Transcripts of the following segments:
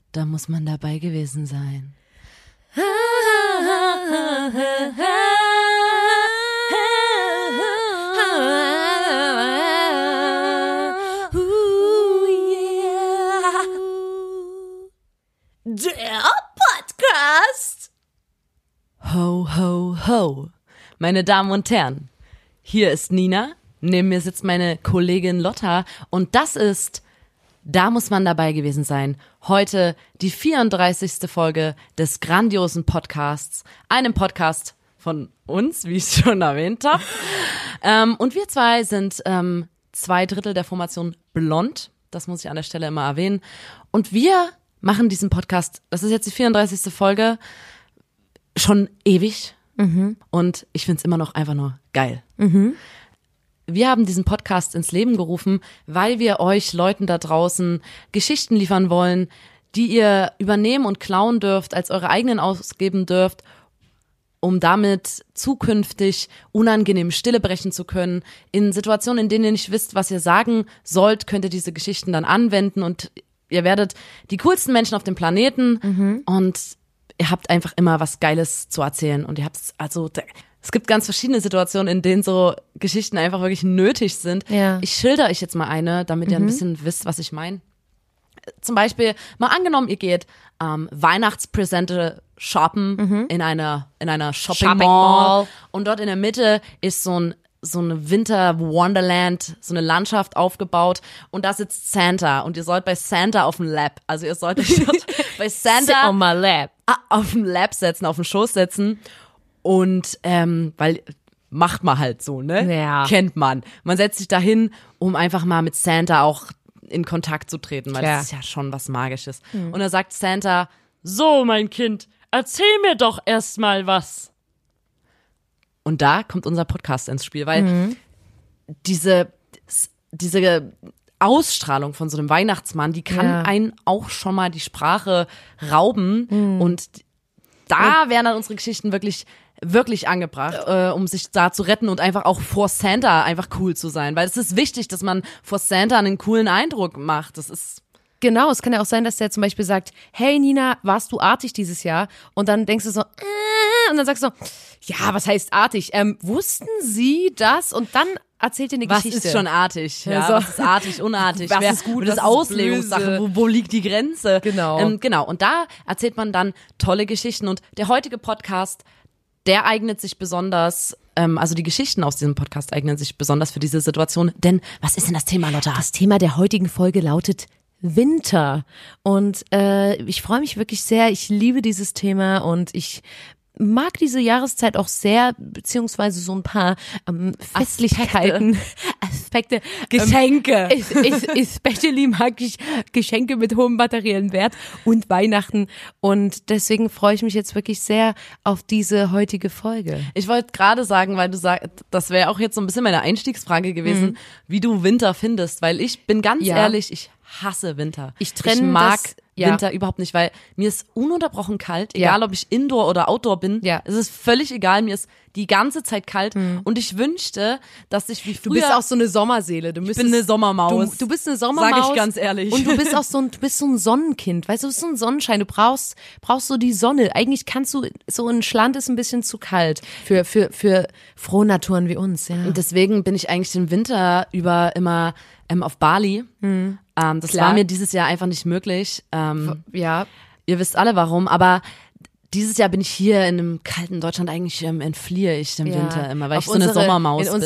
Da muss man dabei gewesen sein. Der Podcast. Ho, ho, ho. Meine Damen und Herren, hier ist Nina, neben mir sitzt meine Kollegin Lotta und das ist Da muss man dabei gewesen sein. Heute die 34. Folge des grandiosen Podcasts, einem Podcast von uns, wie ich schon erwähnt habe. Und wir zwei sind 2/3 der Formation Blond, das muss ich an der Stelle immer erwähnen. Und wir machen diesen Podcast, das ist jetzt die 34. Folge, schon ewig. Und ich find's immer noch einfach nur geil. Wir haben diesen Podcast ins Leben gerufen, weil wir euch Leuten da draußen Geschichten liefern wollen, die ihr übernehmen und klauen dürft, als eure eigenen ausgeben dürft, um damit zukünftig unangenehm Stille brechen zu können. In Situationen, in denen ihr nicht wisst, was ihr sagen sollt, könnt ihr diese Geschichten dann anwenden und ihr werdet die coolsten Menschen auf dem Planeten und ihr habt einfach immer was Geiles zu erzählen und es gibt ganz verschiedene Situationen, in denen so Geschichten einfach wirklich nötig sind. Ja. Ich schilder euch jetzt mal eine, damit ihr ein bisschen wisst, was ich meine. Zum Beispiel, mal angenommen, ihr geht Weihnachtspräsente shoppen in einer Shopping Mall und dort in der Mitte ist so eine Winter Wonderland, so eine Landschaft aufgebaut und da sitzt Santa und ihr sollt bei Santa auf dem Lab, also ihr sollt euch dort bei Santa Sit on my lap. auf dem Lab setzen, auf dem Schoß setzen und weil macht man halt so, ne? Ja. Kennt man. Man setzt sich dahin, um einfach mal mit Santa auch in Kontakt zu treten, weil das ist ja schon was Magisches. Und da sagt Santa, so mein Kind, erzähl mir doch erst mal was. Und da kommt unser Podcast ins Spiel, weil diese Ausstrahlung von so einem Weihnachtsmann, die kann einen auch schon mal die Sprache rauben und da wären dann unsere Geschichten wirklich angebracht, um sich da zu retten und einfach auch vor Santa einfach cool zu sein, weil es ist wichtig, dass man vor Santa einen coolen Eindruck macht. Das ist Genau, es kann ja auch sein, dass der zum Beispiel sagt, hey Nina, warst du artig dieses Jahr? Und dann denkst du so, und dann sagst du, ja, was heißt artig? Wussten Sie das? Und dann erzählt dir eine was Geschichte. ist schon artig? Ja, so. was ist artig, unartig? Was ist gut, das ist was ist Auslegungssache, wo liegt die Grenze? Genau. Genau, und da erzählt man dann tolle Geschichten und der heutige Podcast, der eignet sich besonders, also die Geschichten aus diesem Podcast eignen sich besonders für diese Situation, denn was ist denn das Thema, Lotta? Das Thema der heutigen Folge lautet Winter. Und ich freue mich wirklich sehr. Ich liebe dieses Thema und ich mag diese Jahreszeit auch sehr, beziehungsweise so ein paar Festlichkeiten, Aspekte. Geschenke. Especially mag ich Geschenke mit hohem materiellen Wert und Weihnachten. Und deswegen freue ich mich jetzt wirklich sehr auf diese heutige Folge. Ich wollte gerade sagen, weil du sagst, das wäre auch jetzt so ein bisschen meine Einstiegsfrage gewesen, wie du Winter findest, weil ich bin ganz ehrlich, ich hasse Winter. Ich mag Winter überhaupt nicht, weil mir ist ununterbrochen kalt, egal ob ich Indoor oder Outdoor bin. Ja. Es ist völlig egal, mir ist die ganze Zeit kalt und ich wünschte, dass ich wie früher... Du bist auch so eine Sommerseele. Ich bin eine Sommermaus. Du bist eine Sommermaus. Sag ich ganz ehrlich. Und du bist auch so ein Sonnenkind. Weißt du, du bist so ein Sonnenschein. Du brauchst so die Sonne. Eigentlich kannst du, so ein Schland ist ein bisschen zu kalt für Frohnaturen wie uns, ja. Und deswegen bin ich eigentlich den Winter über immer auf Bali. Das Klar. war mir dieses Jahr einfach nicht möglich. Ja. Ihr wisst alle warum, aber dieses Jahr bin ich hier in einem kalten Deutschland, eigentlich entfliehe ich dem Winter immer, weil ich so eine Sommermaus bin.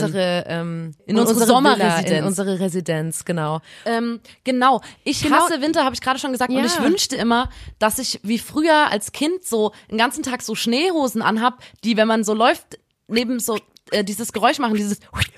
In unsere Sommerresidenz. In unsere Residenz, genau. Genau, ich hasse Winter, habe ich gerade schon gesagt, und ich wünschte immer, dass ich wie früher als Kind so den ganzen Tag so Schneehosen anhab, die, wenn man so läuft, neben so dieses Geräusch machen, dieses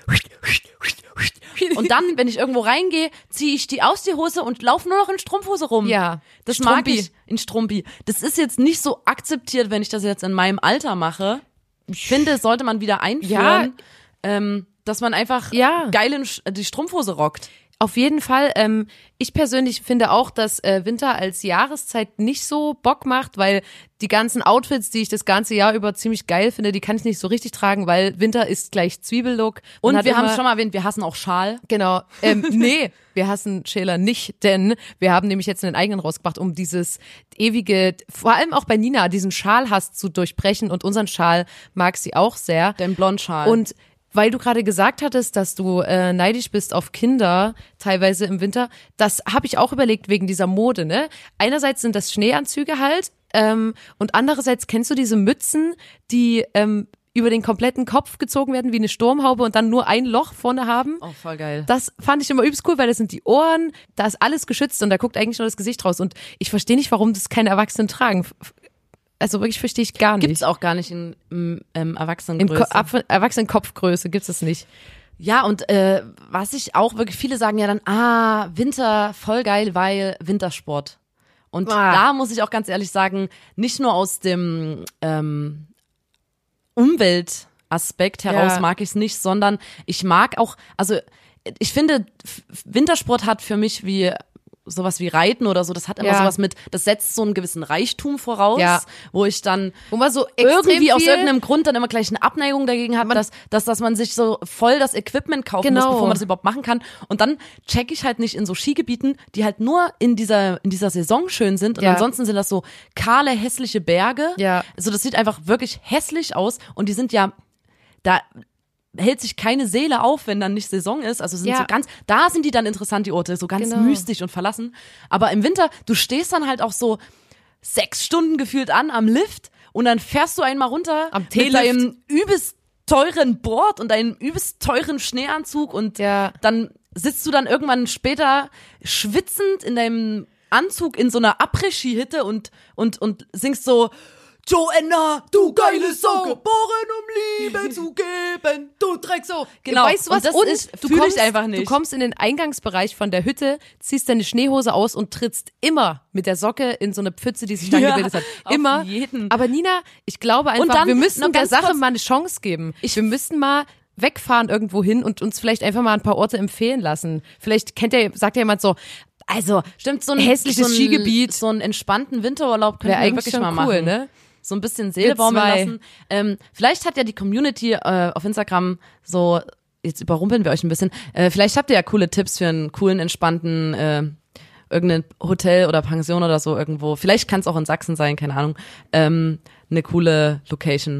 und dann, wenn ich irgendwo reingehe, ziehe ich die aus die Hose und laufe nur noch in Strumpfhose rum. Ja, das mag ich in Strumpi. Das ist jetzt nicht so akzeptiert, wenn ich das jetzt in meinem Alter mache. Ich finde, das sollte man wieder einführen, dass man einfach geil in die Strumpfhose rockt. Auf jeden Fall. Ich persönlich finde auch, dass Winter als Jahreszeit nicht so Bock macht, weil die ganzen Outfits, die ich das ganze Jahr über ziemlich geil finde, die kann ich nicht so richtig tragen, weil Winter ist gleich Zwiebellook. Und wir haben es schon mal erwähnt, wir hassen auch Schal. Genau. Nee, wir hassen Schäler nicht, denn wir haben nämlich jetzt einen eigenen rausgebracht, um dieses ewige, vor allem auch bei Nina, diesen Schalhass zu durchbrechen, und unseren Schal mag sie auch sehr. Den Blondschal. Und weil du gerade gesagt hattest, dass du neidisch bist auf Kinder, teilweise im Winter, das habe ich auch überlegt wegen dieser Mode, ne? Einerseits sind das Schneeanzüge halt, und andererseits kennst du diese Mützen, die über den kompletten Kopf gezogen werden wie eine Sturmhaube und dann nur ein Loch vorne haben. Oh, voll geil. Das fand ich immer übelst cool, weil das sind die Ohren, da ist alles geschützt und da guckt eigentlich nur das Gesicht raus. Und ich verstehe nicht, warum das keine Erwachsenen tragen. Also wirklich verstehe ich gar nicht. Gibt's auch gar nicht in Erwachsenengröße. Erwachsenenkopfgröße gibt's das nicht. Ja, und was ich auch wirklich, viele sagen ja dann, Winter, voll geil, weil Wintersport. Und da muss ich auch ganz ehrlich sagen, nicht nur aus dem Umweltaspekt heraus mag ich es nicht, sondern ich mag auch, also ich finde, Wintersport hat für mich wie sowas wie Reiten oder so, das hat immer sowas mit, das setzt so einen gewissen Reichtum voraus, wo ich dann wo man so irgendwie aus irgendeinem Grund dann immer gleich eine Abneigung dagegen hat, dass man sich so voll das Equipment kaufen muss, bevor man das überhaupt machen kann. Und dann check ich halt nicht in so Skigebieten, die halt nur in dieser Saison schön sind, und ansonsten sind das so kahle, hässliche Berge. Ja. Also das sieht einfach wirklich hässlich aus, und die sind ja, da hält sich keine Seele auf, wenn dann nicht Saison ist. Also sind so ganz, da sind die dann interessant, die Orte, so ganz mystisch und verlassen. Aber im Winter, du stehst dann halt auch so 6 Stunden gefühlt am Lift, und dann fährst du einmal runter am mit deinem übelst teuren Board und deinem übelst teuren Schneeanzug, und dann sitzt du dann irgendwann später schwitzend in deinem Anzug in so einer Après-Ski-Hütte und singst so: Joanna, du geile Sau, geboren um Liebe zu geben, du Drecksau. Genau, weißt du was? Und das fühle ich einfach nicht. Du kommst in den Eingangsbereich von der Hütte, ziehst deine Schneehose aus und trittst immer mit der Socke in so eine Pfütze, die sich dann gebildet hat. Immer. Auf jeden. Aber Nina, ich glaube einfach, wir müssen der Sache mal eine Chance geben. Wir müssen mal wegfahren irgendwo hin und uns vielleicht einfach mal ein paar Orte empfehlen lassen. Vielleicht sagt ja jemand so, also stimmt, so ein hässliches Skigebiet, so einen entspannten Winterurlaub können wir wirklich mal machen. Cool, ne? So ein bisschen Seele baumeln lassen. Vielleicht hat ja die Community auf Instagram so, jetzt überrumpeln wir euch ein bisschen, vielleicht habt ihr ja coole Tipps für einen coolen, entspannten irgendein Hotel oder Pension oder so irgendwo. Vielleicht kann es auch in Sachsen sein, keine Ahnung. Eine coole Location.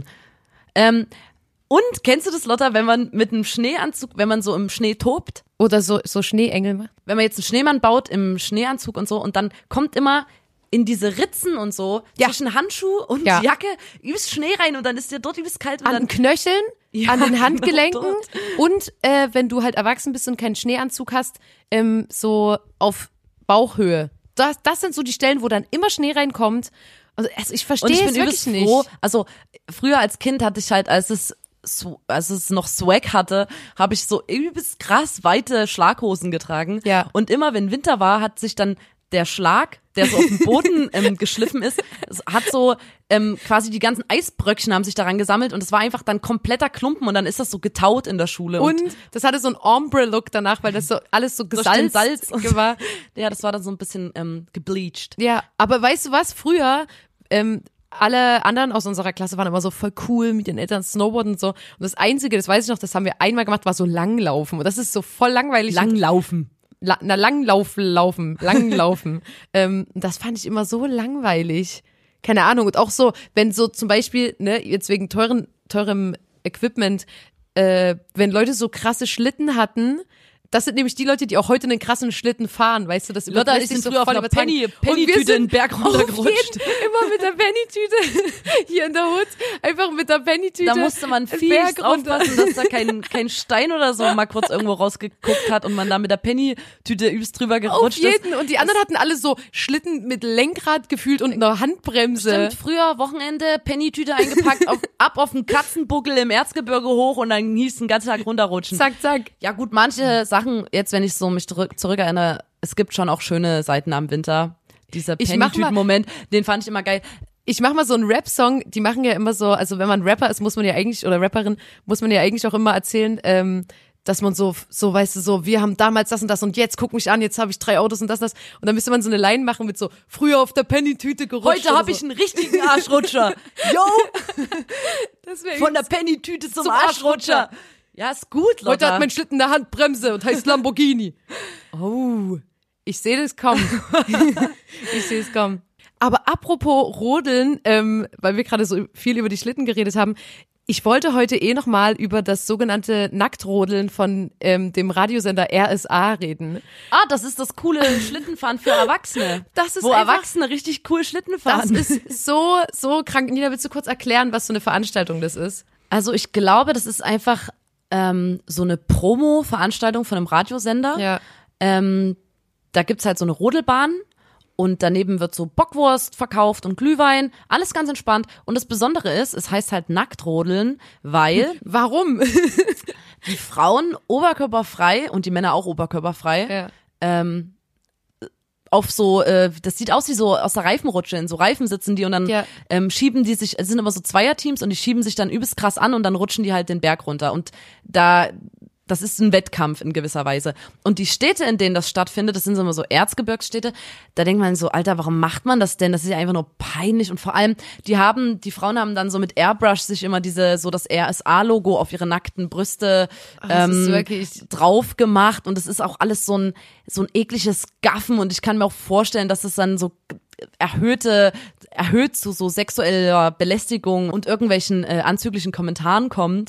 Und kennst du das, Lotta, wenn man mit einem Schneeanzug, wenn man so im Schnee tobt? Oder so Schneeengel macht? Wenn man jetzt einen Schneemann baut im Schneeanzug und so, und dann kommt immer in diese Ritzen und so, zwischen Handschuh und Jacke, übelst Schnee rein, und dann ist dir dort übelst kalt. Und an dann den Knöcheln, an den Handgelenken, und wenn du halt erwachsen bist und keinen Schneeanzug hast, so auf Bauchhöhe. Das sind so die Stellen, wo dann immer Schnee reinkommt. Also ich verstehe es wirklich nicht. Froh. Also früher als Kind hatte ich halt, als es noch Swag hatte, habe ich so übelst krass weite Schlaghosen getragen. Ja. Und immer wenn Winter war, hat sich dann der Schlag, der so auf dem Boden geschliffen ist, hat so quasi die ganzen Eisbröckchen haben sich daran gesammelt, und es war einfach dann kompletter Klumpen, und dann ist das so getaut in der Schule. Und das hatte so einen Ombre-Look danach, weil das so alles so Salz war. Ja, das war dann so ein bisschen gebleached. Ja, aber weißt du was? Früher alle anderen aus unserer Klasse waren immer so voll cool mit den Eltern Snowboarden und so. Und das Einzige, das weiß ich noch, das haben wir einmal gemacht, war so Langlaufen. Und das ist so voll langweilig. Langlaufen. Langlaufen. Das fand ich immer so langweilig. Keine Ahnung. Und auch so, wenn so zum Beispiel, ne, jetzt wegen teurem Equipment, wenn Leute so krasse Schlitten hatten, das sind nämlich die Leute, die auch heute einen krassen Schlitten fahren, weißt du, das Lotta ist so früher auf einer Penny-Tüte in den Berg runtergerutscht. Immer mit der Penny-Tüte hier in der Hut, einfach mit der Penny-Tüte. Da musste man viel aufpassen, dass da kein Stein oder so mal kurz irgendwo rausgeguckt hat und man da mit der Penny-Tüte übelst drüber gerutscht ist. Und die anderen hatten alle so Schlitten mit Lenkrad gefühlt und einer Handbremse. Stimmt, früher Wochenende, Penny-Tüte eingepackt, ab auf den Katzenbuckel im Erzgebirge hoch, und dann hieß den ganzen Tag runterrutschen. Zack, zack. Ja gut, manche Sachen, jetzt wenn ich so mich zurückerinnere, es gibt schon auch schöne Seiten am Winter. Dieser Penny-Tüten-Moment, den fand ich immer geil. Ich mach mal so einen Rap-Song, die machen ja immer so, also wenn man Rapper ist, muss man ja eigentlich, oder Rapperin, muss man ja eigentlich auch immer erzählen, dass man so, weißt du, so, wir haben damals das und jetzt guck mich an, jetzt habe ich 3 Autos und das. Und dann müsste man so eine Line machen mit so, früher auf der Penny-Tüte gerutscht. Heute habe ich einen richtigen Arschrutscher. Yo! Von der Penny-Tüte zum Arschrutscher. Ja, ist gut, Lotta. Heute hat mein Schlitten eine Handbremse und heißt Lamborghini. Oh, ich sehe das kommen. Aber apropos Rodeln, weil wir gerade so viel über die Schlitten geredet haben, ich wollte heute nochmal über das sogenannte Nacktrodeln von dem Radiosender RSA reden. Das ist das coole Schlittenfahren für Erwachsene. Das ist wo Erwachsene richtig cool Schlitten fahren. Das ist so krank. Nina, willst du kurz erklären, was so eine Veranstaltung das ist? Also ich glaube, das ist einfach so eine Promo-Veranstaltung von einem Radiosender. Ja. Da gibt's halt so eine Rodelbahn. Und daneben wird so Bockwurst verkauft und Glühwein, alles ganz entspannt. Und das Besondere ist, es heißt halt Nacktrodeln, weil Warum? die Frauen oberkörperfrei und die Männer auch oberkörperfrei auf so, das sieht aus wie so aus der Reifenrutsche, in so Reifen sitzen die und dann schieben die sich, es sind immer so Zweierteams und die schieben sich dann übelst krass an und dann rutschen die halt den Berg runter. Und das ist ein Wettkampf in gewisser Weise. Und die Städte, in denen das stattfindet, das sind so immer so Erzgebirgsstädte, da denkt man so, Alter, warum macht man das denn? Das ist ja einfach nur peinlich. Und vor allem, die Frauen haben dann so mit Airbrush sich immer so das RSA-Logo auf ihre nackten Brüste drauf gemacht. Und es ist auch alles so ein ekliges Gaffen. Und ich kann mir auch vorstellen, dass es dann so erhöht zu so sexueller Belästigung und irgendwelchen anzüglichen Kommentaren kommt.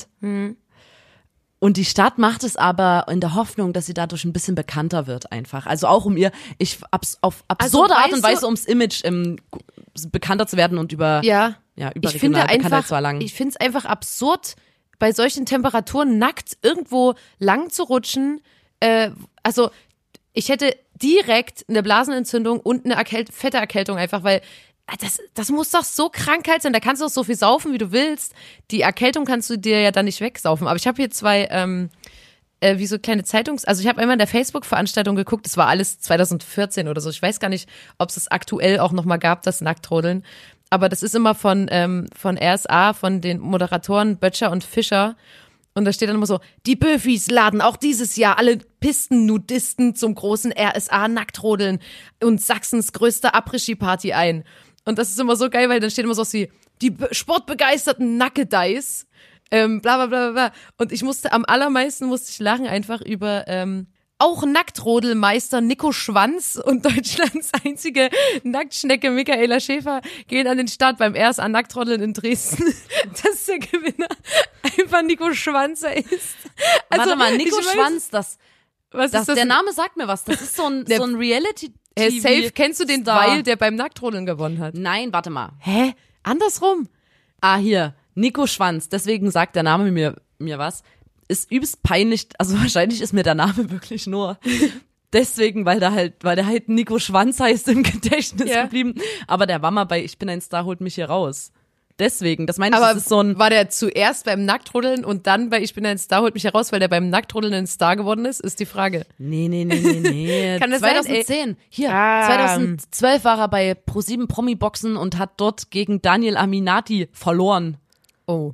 Und die Stadt macht es aber in der Hoffnung, dass sie dadurch ein bisschen bekannter wird einfach. Also auch auf absurde Art und Weise ums Image bekannter zu werden und über regionale Bekanntheit zu erlangen. Ich finde es einfach absurd, bei solchen Temperaturen nackt irgendwo lang zu rutschen. Also ich hätte direkt eine Blasenentzündung und eine fette Erkältung einfach, weil das muss doch so Krankheit sein. Da kannst du doch so viel saufen, wie du willst. Die Erkältung kannst du dir ja dann nicht wegsaufen. Aber ich habe hier 2, wie so kleine Also ich habe einmal in der Facebook-Veranstaltung geguckt. Das war alles 2014 oder so. Ich weiß gar nicht, ob es das aktuell auch nochmal gab, das Nacktrodeln. Aber das ist immer von RSA, von den Moderatoren Böttcher und Fischer. Und da steht dann immer so, die Böfis laden auch dieses Jahr alle Pisten-Nudisten zum großen RSA-Nacktrodeln und Sachsens größte Après-Ski-Party ein. Und das ist immer so geil, weil dann steht immer so wie die sportbegeisterten Nackedeis, bla bla bla bla. Und am allermeisten musste ich lachen einfach über auch Nacktrodelmeister Nico Schwanz und Deutschlands einzige Nacktschnecke Michaela Schäfer gehen an den Start beim RSA Nacktrodeln in Dresden. Dass der Gewinner einfach Nico Schwanz ist. Also, warte mal, Nico Schwanz, was ist das? Der Name sagt mir was. Das ist so ein Reality safe, kennst du den Weil, der beim Nacktrodeln gewonnen hat? Nein, warte mal. Hä? Andersrum? Hier, Nico Schwanz, deswegen sagt der Name mir was. Ist übelst peinlich, also wahrscheinlich ist mir der Name wirklich nur deswegen, weil der halt Nico Schwanz heißt, im Gedächtnis geblieben. Aber der war mal bei Ich bin ein Star, holt mich hier raus. Deswegen, das meine ich, das ist so ein... War der zuerst beim Nacktrodeln und dann bei Ich bin ein Star, holt mich heraus, weil der beim Nacktrodeln ein Star geworden ist die Frage. Nee. Kann das 2010. Sein, Hier, 2012 war er bei ProSieben Promi-Boxen und hat dort gegen Daniel Aminati verloren. Oh.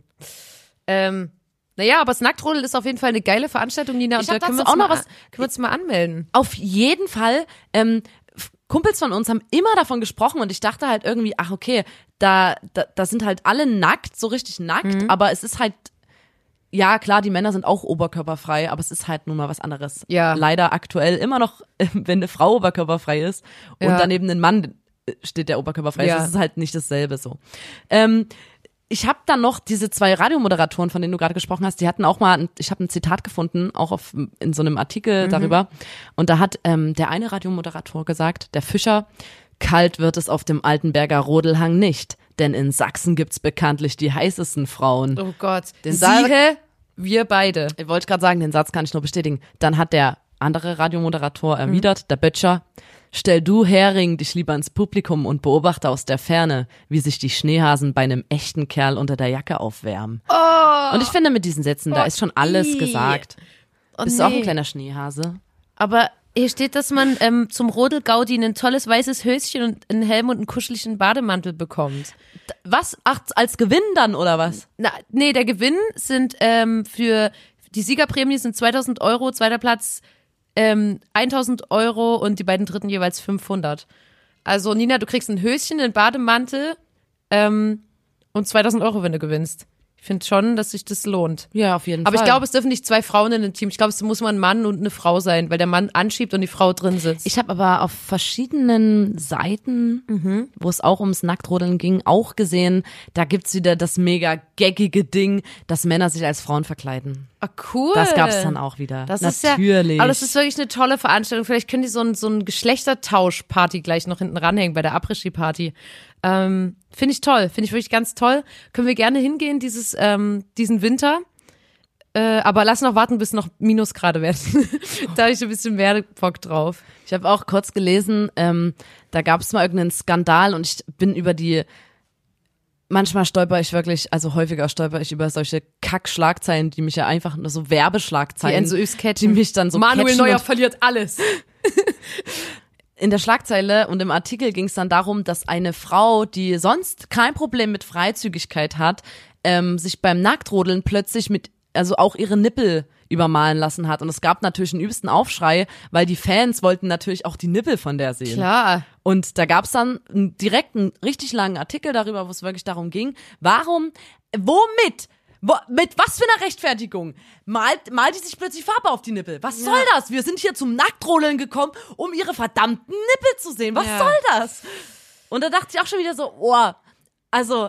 Naja, aber das Nacktrodeln ist auf jeden Fall eine geile Veranstaltung, Nina. Und da können wir uns mal anmelden. Auf jeden Fall, Kumpels von uns haben immer davon gesprochen und ich dachte halt irgendwie, ach okay, da sind halt alle nackt, so richtig nackt, aber es ist halt, ja klar, die Männer sind auch oberkörperfrei, aber es ist halt nun mal was anderes. Ja. Leider aktuell immer noch, wenn eine Frau oberkörperfrei ist und daneben ein Mann steht, der oberkörperfrei ist, das ist halt nicht dasselbe so. Ich habe dann noch diese 2 Radiomoderatoren, von denen du gerade gesprochen hast, die hatten auch mal, ich habe ein Zitat gefunden, auch in so einem Artikel darüber. Und da hat der eine Radiomoderator gesagt, der Fischer, kalt wird es auf dem Altenberger Rodelhang nicht, denn in Sachsen gibt's bekanntlich die heißesten Frauen. Oh Gott, siehe, wir beide. Ich wollte gerade sagen, den Satz kann ich nur bestätigen. Dann hat der andere Radiomoderator erwidert, der Böttcher, stell du, Hering, dich lieber ins Publikum und beobachte aus der Ferne, wie sich die Schneehasen bei einem echten Kerl unter der Jacke aufwärmen. Und ich finde, mit diesen Sätzen, da ist schon alles gesagt. Bist du auch ein kleiner Schneehase? Aber hier steht, dass man zum Rodelgaudi ein tolles weißes Höschen und einen Helm und einen kuscheligen Bademantel bekommt. Was? Ach, als Gewinn dann, oder was? Nee, der Gewinn sind Die Siegerprämie sind 2.000 Euro, zweiter Platz 1.000 Euro und die beiden dritten jeweils 500. Also Nina, du kriegst ein Höschen, einen Bademantel und 2.000 Euro, wenn du gewinnst. Ich finde schon, dass sich das lohnt. Ja, auf jeden Fall. Aber ich glaube, es dürfen nicht 2 Frauen in einem Team. Ich glaube, es muss mal ein Mann und eine Frau sein, weil der Mann anschiebt und die Frau drin sitzt. Ich habe aber auf verschiedenen Seiten, wo es auch ums Nacktrodeln ging, auch gesehen, da gibt's wieder das mega gaggige Ding, dass Männer sich als Frauen verkleiden. Ah, cool. Das gab's dann auch wieder. Das Natürlich. Ist ja, aber das ist wirklich eine tolle Veranstaltung. Vielleicht können die so ein Geschlechtertausch-Party gleich noch hinten ranhängen bei der Après-Ski-Party. Finde ich toll. Finde ich wirklich ganz toll. Können wir gerne hingehen, diesen Winter. Aber lass noch warten, bis noch Minusgrade werden. Da habe ich ein bisschen mehr Bock drauf. Ich habe auch kurz gelesen, da gab's mal irgendeinen Skandal und ich bin manchmal stolper ich wirklich, also häufiger stolper ich über solche Kack-Schlagzeilen, die mich ja einfach nur so Werbeschlagzeilen, Die Enzo die mich dann so Manuel catchen Neuer und verliert alles. in der Schlagzeile und im Artikel ging es dann darum, dass eine Frau, die sonst kein Problem mit Freizügigkeit hat, sich beim Nacktrodeln plötzlich also auch ihre Nippel übermalen lassen hat. Und es gab natürlich einen übelsten Aufschrei, weil die Fans wollten natürlich auch die Nippel von der sehen. Klar. Und da gab es dann direkt einen richtig langen Artikel darüber, wo es wirklich darum ging, mit was für einer Rechtfertigung malt die sich plötzlich Farbe auf die Nippel? Was soll das? Wir sind hier zum Nacktrodeln gekommen, um ihre verdammten Nippel zu sehen. Was soll das? Und da dachte ich auch schon wieder so, also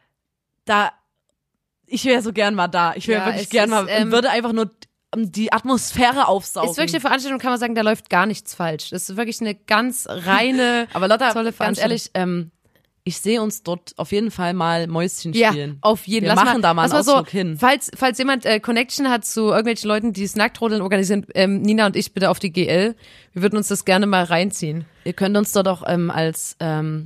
ich wäre so gern mal da. Ich wäre wirklich gern mal, würde einfach nur die Atmosphäre aufsaugen. Ist wirklich eine Veranstaltung, kann man sagen, da läuft gar nichts falsch. Das ist wirklich eine ganz reine, aber Lotta, tolle ganz Veranstaltung. ehrlich, ich sehe uns dort auf jeden Fall mal Mäuschen spielen. Ja, auf jeden Fall. Wir machen da mal einen Ausflug hin. Falls jemand Connection hat zu irgendwelchen Leuten, die das Nacktrodeln organisieren, Nina und ich bitte auf die GL. Wir würden uns das gerne mal reinziehen. Ihr könnt uns dort auch als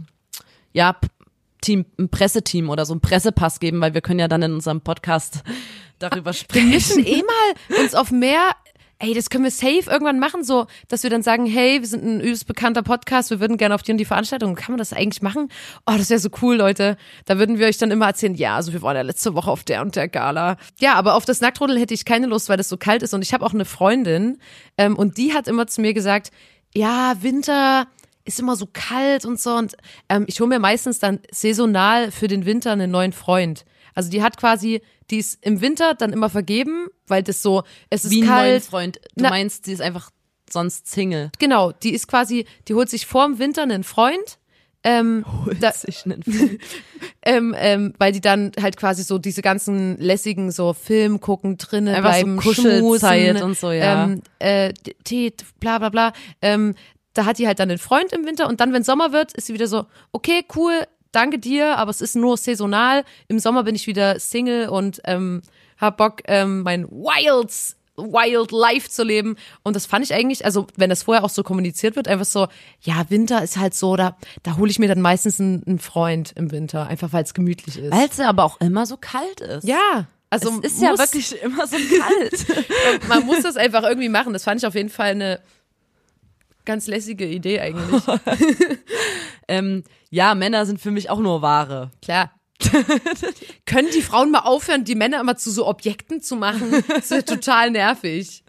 Team, ein Presseteam oder so einen Pressepass geben, weil wir können ja dann in unserem Podcast darüber sprechen. Wir müssen mal uns auf mehr, das können wir safe irgendwann machen, so, dass wir dann sagen, hey, wir sind ein übelst bekannter Podcast, wir würden gerne auf die und die Veranstaltung. Kann man das eigentlich machen? Oh, das wäre so cool, Leute. Da würden wir euch dann immer erzählen, ja, also wir waren ja letzte Woche auf der und der Gala. Ja, aber auf das Nacktrodeln hätte ich keine Lust, weil das so kalt ist. Und ich habe auch eine Freundin und die hat immer zu mir gesagt, ja, Winter ist immer so kalt und so. Und ich hole mir meistens dann saisonal für den Winter einen neuen Freund. Also die ist im Winter dann immer vergeben, weil das so, es ist wie kalt. Wie ein Freund. Du meinst, sie ist einfach sonst Single. Genau, die holt sich vorm Winter einen Freund. Weil die dann halt quasi so diese ganzen lässigen so Film gucken, drinnen einfach bleiben, so Kuschelzeit schmusen, und so, ja. Tee, bla bla bla. Da hat die halt dann einen Freund im Winter und dann, wenn Sommer wird, ist sie wieder so, okay, cool, danke dir, aber es ist nur saisonal. Im Sommer bin ich wieder Single und hab Bock, mein Wild Life zu leben. Und das fand ich eigentlich, also wenn das vorher auch so kommuniziert wird, einfach so, ja, Winter ist halt so, da hole ich mir dann meistens einen Freund im Winter, einfach weil es gemütlich ist. Weil es ja aber auch immer so kalt ist. Ja. Also es ist ja wirklich immer so kalt. Man muss das einfach irgendwie machen. Das fand ich auf jeden Fall eine ganz lässige Idee eigentlich. Ja, Männer sind für mich auch nur Ware. Klar. Können die Frauen mal aufhören, die Männer immer zu so Objekten zu machen? Das ist ja total nervig.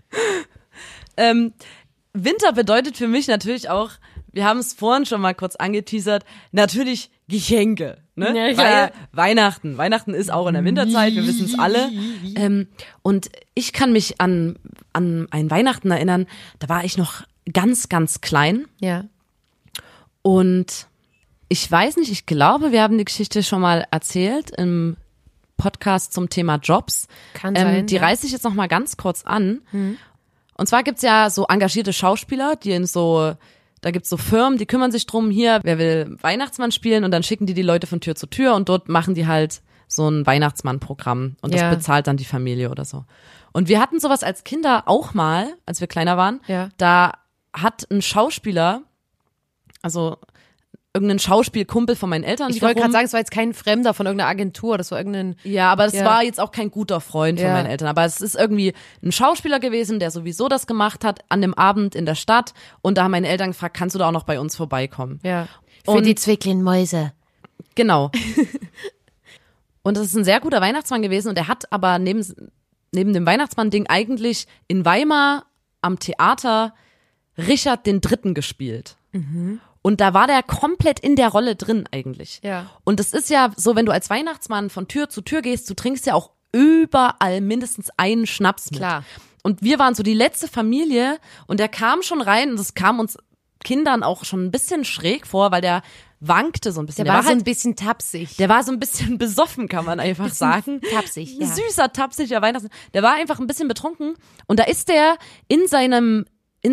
Winter bedeutet für mich natürlich auch, wir haben es vorhin schon mal kurz angeteasert, natürlich Geschenke. Ne? Ja, klar. Weil Weihnachten ist auch in der Winterzeit, wir wissen es alle. Und ich kann mich an ein Weihnachten erinnern, da war ich noch ganz, ganz klein. Ja. Und ich weiß nicht, ich glaube, wir haben die Geschichte schon mal erzählt im Podcast zum Thema Jobs. Kann sein, die reiße ich jetzt noch mal ganz kurz an. Und zwar gibt's ja so engagierte Schauspieler, da gibt's so Firmen, die kümmern sich drum, hier, wer will Weihnachtsmann spielen und dann schicken die Leute von Tür zu Tür und dort machen die halt so ein Weihnachtsmann-Programm und das bezahlt dann die Familie oder so. Und wir hatten sowas als Kinder auch mal, als wir kleiner waren. Ja. Da hat ein Schauspieler, also irgendein Schauspielkumpel von meinen Eltern. Ich wollte gerade sagen, es war jetzt kein Fremder von irgendeiner Agentur, das war irgendein... Ja, aber es war jetzt auch kein guter Freund von meinen Eltern. Aber es ist irgendwie ein Schauspieler gewesen, der sowieso das gemacht hat an dem Abend in der Stadt. Und da haben meine Eltern gefragt, kannst du da auch noch bei uns vorbeikommen? Ja. Für die zwei kleinen Mäuse. Genau. Und das ist ein sehr guter Weihnachtsmann gewesen und er hat aber neben dem Weihnachtsmann-Ding eigentlich in Weimar am Theater Richard III. Gespielt. Und da war der komplett in der Rolle drin eigentlich. Ja. Und es ist ja so, wenn du als Weihnachtsmann von Tür zu Tür gehst, du trinkst ja auch überall mindestens einen Schnaps mit. Klar. Und wir waren so die letzte Familie und der kam schon rein und das kam uns Kindern auch schon ein bisschen schräg vor, weil der wankte so ein bisschen. Der war so halt, ein bisschen tapsig. der war so ein bisschen besoffen, kann man einfach sagen. Tapsig, ja. Süßer, tapsiger Weihnachtsmann. Der war einfach ein bisschen betrunken und da ist der in seinem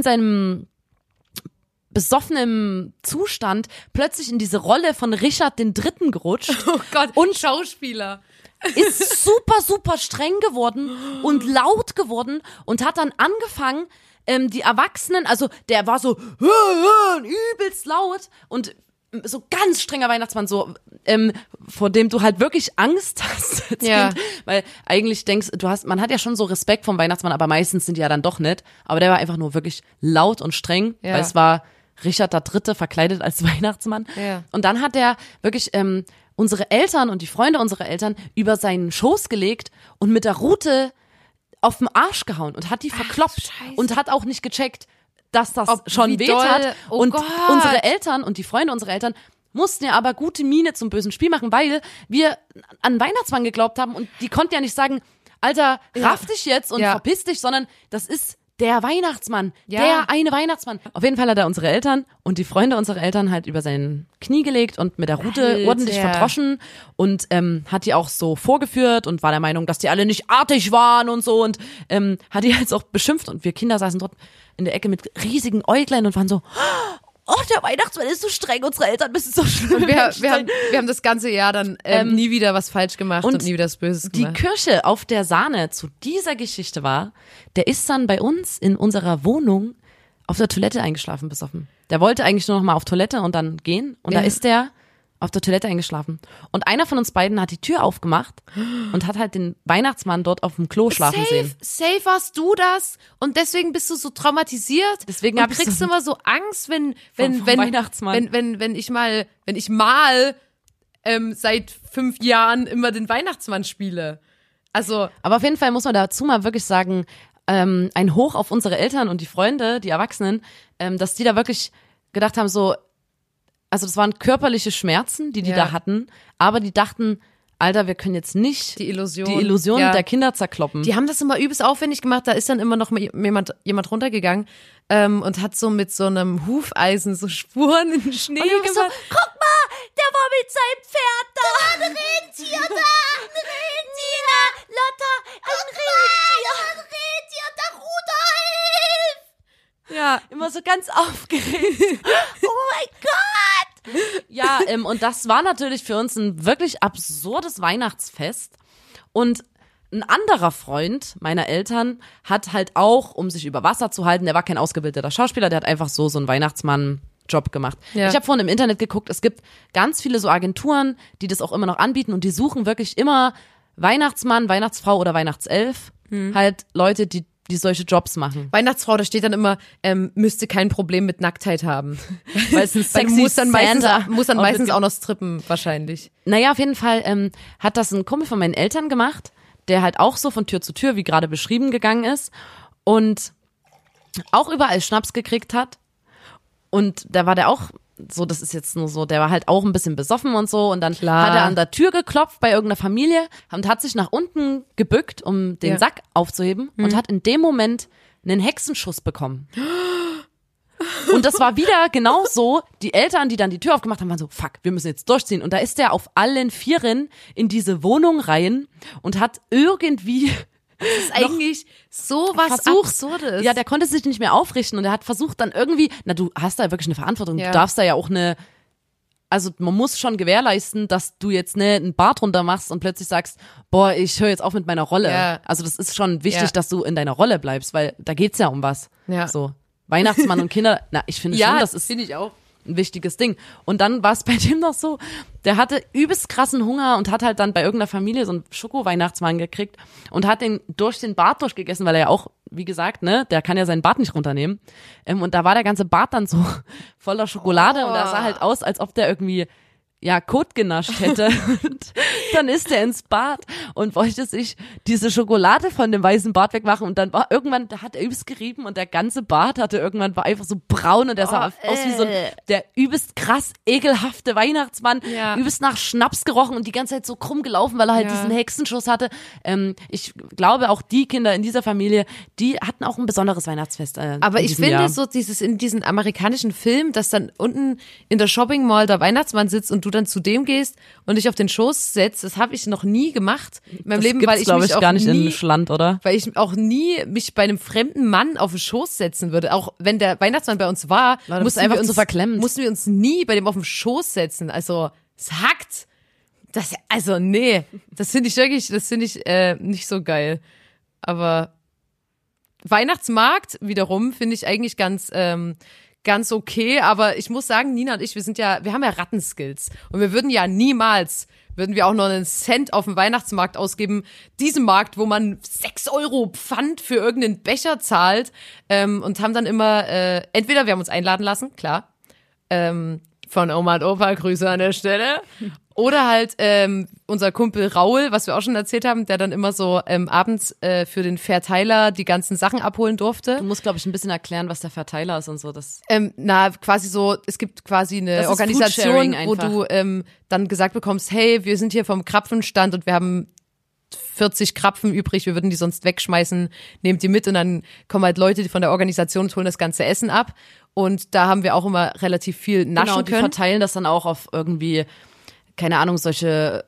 besoffenen Zustand plötzlich in diese Rolle von Richard III. Gerutscht. Oh Gott, und Schauspieler. ist super, super streng geworden und laut geworden und hat dann angefangen, die Erwachsenen, also der war so übelst laut und so ganz strenger Weihnachtsmann, so vor dem du halt wirklich Angst hast als Ja. Kind, weil eigentlich denkst man hat ja schon so Respekt vom Weihnachtsmann, aber meistens sind die ja dann doch nicht, aber der war einfach nur wirklich laut und streng, Ja. weil es war Richard III. Verkleidet als Weihnachtsmann. Ja. Und dann hat er wirklich unsere Eltern und die Freunde unserer Eltern über seinen Schoß gelegt und mit der Rute auf den Arsch gehauen und hat die verkloppt Scheiße. und hat auch nicht gecheckt, dass das Ob- schon wie weht doll. hat. Oh und Gott. unsere Eltern und die Freunde unserer Eltern mussten ja aber gute Miene zum bösen Spiel machen, weil wir an Weihnachtsmann geglaubt haben und die konnten ja nicht sagen, Alter, raff dich jetzt und Ja. verpiss dich, sondern das ist der Weihnachtsmann, Ja. der eine Weihnachtsmann. Auf jeden Fall hat er unsere Eltern und die Freunde unserer Eltern halt über sein Knie gelegt und mit der Rute Alter. ordentlich verdroschen und hat die auch so vorgeführt und war der Meinung, dass die alle nicht artig waren und so und hat die jetzt auch beschimpft und wir Kinder saßen dort in der Ecke mit riesigen Äuglein und waren so, oh, der Weihnachtsmann ist so streng, unsere Eltern müssen so schlimm. Wir haben das ganze Jahr dann nie wieder was falsch gemacht und nie wieder was Böses Die gemacht. Kirsche auf der Sahne zu dieser Geschichte war, der ist dann bei uns in unserer Wohnung auf der Toilette eingeschlafen, besoffen. Der wollte eigentlich nur noch mal auf Toilette und dann gehen und da ist der auf der Toilette eingeschlafen. Und einer von uns beiden hat die Tür aufgemacht und hat halt den Weihnachtsmann dort auf dem Klo schlafen sehen. Safe warst du das und deswegen bist du so traumatisiert. Deswegen und hab ich kriegst so- immer so Angst, wenn vom Weihnachtsmann. wenn ich mal seit 5 Jahren immer den Weihnachtsmann spiele. Also Aber auf jeden Fall muss man dazu mal wirklich sagen, ein Hoch auf unsere Eltern und die Freunde, die Erwachsenen, dass die da wirklich gedacht haben, so, also das waren körperliche Schmerzen, die Ja. da hatten, aber die dachten, Alter, wir können jetzt nicht die Illusion die der Kinder zerkloppen. Die haben das immer übelst aufwendig gemacht. Da ist dann immer noch mal jemand runtergegangen und hat so mit so einem Hufeisen so Spuren in den Schnee und gemacht. so, guck mal, der war mit seinem Pferd da. Ein Rentier da, ein Rentier. Lotta, ein Rentier, der Rudolf. Ja, Immer so ganz aufgeregt. Oh mein Gott! Ja, und das war natürlich für uns ein wirklich absurdes Weihnachtsfest. Und ein anderer Freund meiner Eltern hat halt auch, um sich über Wasser zu halten, der war kein ausgebildeter Schauspieler, der hat einfach so einen Weihnachtsmann-Job gemacht. Ja. Ich habe vorhin im Internet geguckt, es gibt ganz viele so Agenturen, die das auch immer noch anbieten und die suchen wirklich immer Weihnachtsmann, Weihnachtsfrau oder Weihnachtself, halt Leute, die solche Jobs machen. Weihnachtsfrau, da steht dann immer, müsste kein Problem mit Nacktheit haben. Weil es ein Weil du sexy muss dann Santa meistens auch noch strippen, wahrscheinlich. Naja, auf jeden Fall hat das ein Kumpel von meinen Eltern gemacht, der halt auch so von Tür zu Tür, wie gerade beschrieben, gegangen ist und auch überall Schnaps gekriegt hat. Und da war der auch so, das ist jetzt nur so, der war halt auch ein bisschen besoffen und so und dann Klar. hat er an der Tür geklopft bei irgendeiner Familie und hat sich nach unten gebückt, um den Ja. Sack aufzuheben und hat in dem Moment einen Hexenschuss bekommen. Und das war wieder genau so, die Eltern, die dann die Tür aufgemacht haben, waren so, fuck, wir müssen jetzt durchziehen. Und da ist der auf allen Vieren in diese Wohnung rein und hat irgendwie Das ist eigentlich so was versucht, Absurdes. ja, der konnte sich nicht mehr aufrichten und er hat versucht dann irgendwie, na, du hast da wirklich eine Verantwortung, Ja. du darfst da ja auch also man muss schon gewährleisten, dass du jetzt einen Bart runter machst und plötzlich sagst, boah, ich höre jetzt auf mit meiner Rolle. Ja. Also das ist schon wichtig, Ja. dass du in deiner Rolle bleibst, weil da geht's ja um was. Ja. So, Weihnachtsmann und Kinder, na, ich finde schon, das ist finde ich auch. ein wichtiges Ding. Und dann war es bei dem noch so, der hatte übelst krassen Hunger und hat halt dann bei irgendeiner Familie so einen Schoko-Weihnachtsmann gekriegt und hat den durch den Bart durchgegessen, weil er ja auch, wie gesagt, ne, der kann ja seinen Bart nicht runternehmen. Und da war der ganze Bart dann so voller Schokolade und da sah halt aus, als ob der irgendwie Kot genascht hätte. Und dann ist er ins Bad und wollte sich diese Schokolade von dem weißen Bart wegmachen und dann war irgendwann, da hat er übelst gerieben und der ganze Bart war einfach so braun und er sah aus wie so der übelst krass ekelhafte Weihnachtsmann, übelst nach Schnaps gerochen und die ganze Zeit so krumm gelaufen, weil er halt diesen Hexenschuss hatte. Ich glaube auch die Kinder in dieser Familie, die hatten auch ein besonderes Weihnachtsfest. Aber ich finde so in diesen amerikanischen Filmen, dass dann unten in der Shopping Mall der Weihnachtsmann sitzt und du dann zu dem gehst und dich auf den Schoß setzt, das habe ich noch nie gemacht in meinem Leben, weil ich mich auch gar nicht nie, in Schland, oder? Weil ich auch nie mich bei einem fremden Mann auf den Schoß setzen würde. Auch wenn der Weihnachtsmann bei uns war, mussten wir uns nie bei dem auf den Schoß setzen. Also es hackt. Das finde ich nicht so geil. Aber Weihnachtsmarkt wiederum finde ich eigentlich ganz okay, aber ich muss sagen, Nina und ich, wir haben ja Rattenskills und wir würden wir auch noch einen Cent auf dem Weihnachtsmarkt ausgeben, diesem Markt, wo man 6 € Pfand für irgendeinen Becher zahlt, und haben dann immer, entweder wir haben uns einladen lassen, klar, von Oma und Opa, Grüße an der Stelle, oder halt unser Kumpel Raul, was wir auch schon erzählt haben, der dann immer so abends für den Verteiler die ganzen Sachen abholen durfte. Du musst, glaube ich, ein bisschen erklären, was der Verteiler ist und so. Quasi so, es gibt quasi eine Organisation, wo du dann gesagt bekommst, hey, wir sind hier vom Krapfenstand und wir haben 40 Krapfen übrig, wir würden die sonst wegschmeißen, nehmt die mit und dann kommen halt Leute von der Organisation und holen das ganze Essen ab. Und da haben wir auch immer relativ viel naschen können. Die verteilen das dann auch auf irgendwie, keine Ahnung, solche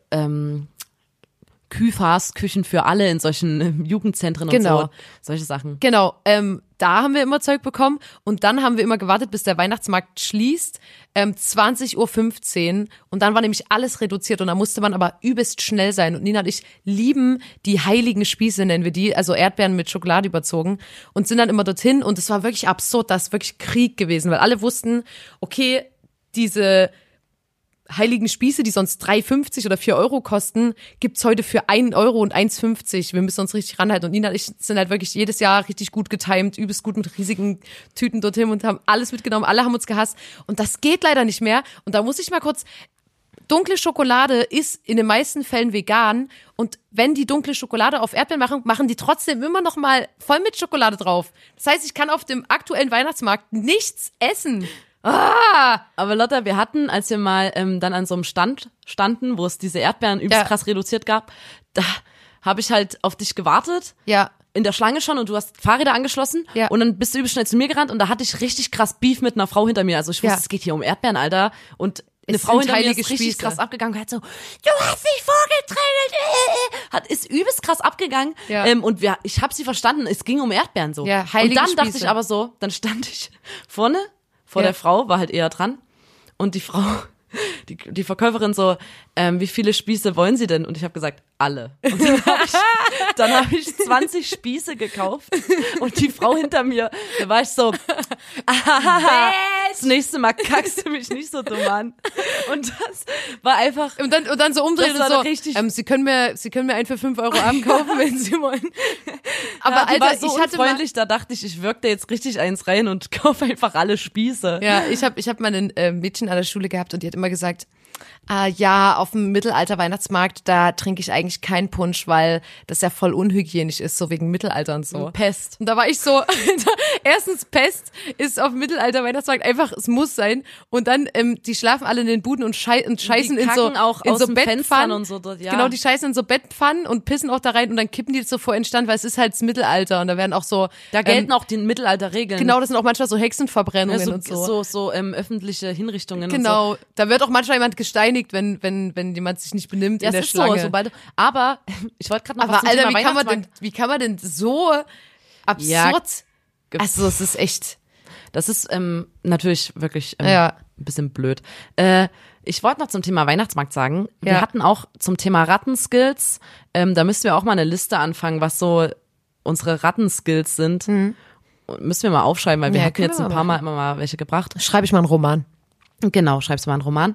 Küchen für alle in solchen Jugendzentren und so. Solche Sachen. Genau, da haben wir immer Zeug bekommen und dann haben wir immer gewartet, bis der Weihnachtsmarkt schließt, 20:15 Uhr und dann war nämlich alles reduziert und da musste man aber übelst schnell sein und Nina und ich lieben die heiligen Spieße, nennen wir die, also Erdbeeren mit Schokolade überzogen und sind dann immer dorthin und es war wirklich absurd, das ist wirklich Krieg gewesen, weil alle wussten, okay, diese heiligen Spieße, die sonst 3,50 oder 4 € kosten, gibt's heute für 1 € und 1,50. Wir müssen uns richtig ranhalten. Und Nina und ich sind halt wirklich jedes Jahr richtig gut getimed, übelst gut mit riesigen Tüten dorthin und haben alles mitgenommen. Alle haben uns gehasst. Und das geht leider nicht mehr. Und da muss ich mal kurz, dunkle Schokolade ist in den meisten Fällen vegan. Und wenn die dunkle Schokolade auf Erdbeeren machen, machen die trotzdem immer noch mal voll mit Schokolade drauf. Das heißt, ich kann auf dem aktuellen Weihnachtsmarkt nichts essen. Aber Lotta, wir hatten, als wir mal dann an so einem Stand standen, wo es diese Erdbeeren übelst krass reduziert gab, da habe ich halt auf dich gewartet. Ja. In der Schlange schon und du hast Fahrräder angeschlossen und dann bist du übelst schnell zu mir gerannt und da hatte ich richtig krass Beef mit einer Frau hinter mir. Also ich wusste, es geht hier um Erdbeeren, Alter. Und eine Frau hinter mir ist richtig krass abgegangen und hat so, du hast mich vorgedrängelt, ist übelst krass abgegangen. Ja. Und ich habe sie verstanden, es ging um Erdbeeren so. Ja, und dann dachte ich aber so, dann stand ich vorne vor der Frau, war halt eher dran. Und die Frau, die Verkäuferin so, wie viele Spieße wollen Sie denn? Und ich habe gesagt, alle. Und dann hab ich 20 Spieße gekauft. Und die Frau hinter mir, da war ich so, das nächste Mal kackst du mich nicht so dumm an. Und das war einfach. Und dann so umdrehen und so, richtig, Sie können mir einen für 5 € abkaufen, wenn Sie wollen. Aber ja, Alter, war so ich hatte unfreundlich, da dachte ich wirke da jetzt richtig eins rein und kaufe einfach alle Spieße. Ja, ich hab mal ein Mädchen an der Schule gehabt und die hat immer gesagt, ja, auf dem Mittelalter-Weihnachtsmarkt, da trinke ich eigentlich keinen Punsch, weil das ja voll unhygienisch ist, so wegen Mittelalter und so. Pest. Und da war ich so, erstens Pest ist auf dem Mittelalter-Weihnachtsmarkt einfach, es muss sein. Und dann, die schlafen alle in den Buden und scheißen in so Bettpfannen und so dort, ja. Genau, die scheißen in so Bettpfannen und pissen auch da rein und dann kippen die so vor Instand, weil es ist halt das Mittelalter und da werden auch so. Da gelten auch die Mittelalter-Regeln. Genau, das sind auch manchmal so Hexenverbrennungen und so. So öffentliche Hinrichtungen genau, und so. Da wird auch manchmal jemand gesteinigt, wenn jemand sich nicht benimmt in der Schlange. So, aber ich wollte gerade noch was zum Alter, Thema wie kann man denn so absurd? Ja, also es ist echt. Das ist natürlich wirklich ein bisschen blöd. Ich wollte noch zum Thema Weihnachtsmarkt sagen, wir hatten auch zum Thema Rattenskills, da müssten wir auch mal eine Liste anfangen, was so unsere Rattenskills sind. Müssen wir mal aufschreiben, weil wir hatten jetzt ein paar Mal immer mal welche gebracht. Schreibe ich mal einen Roman. Genau, schreibst du mal einen Roman.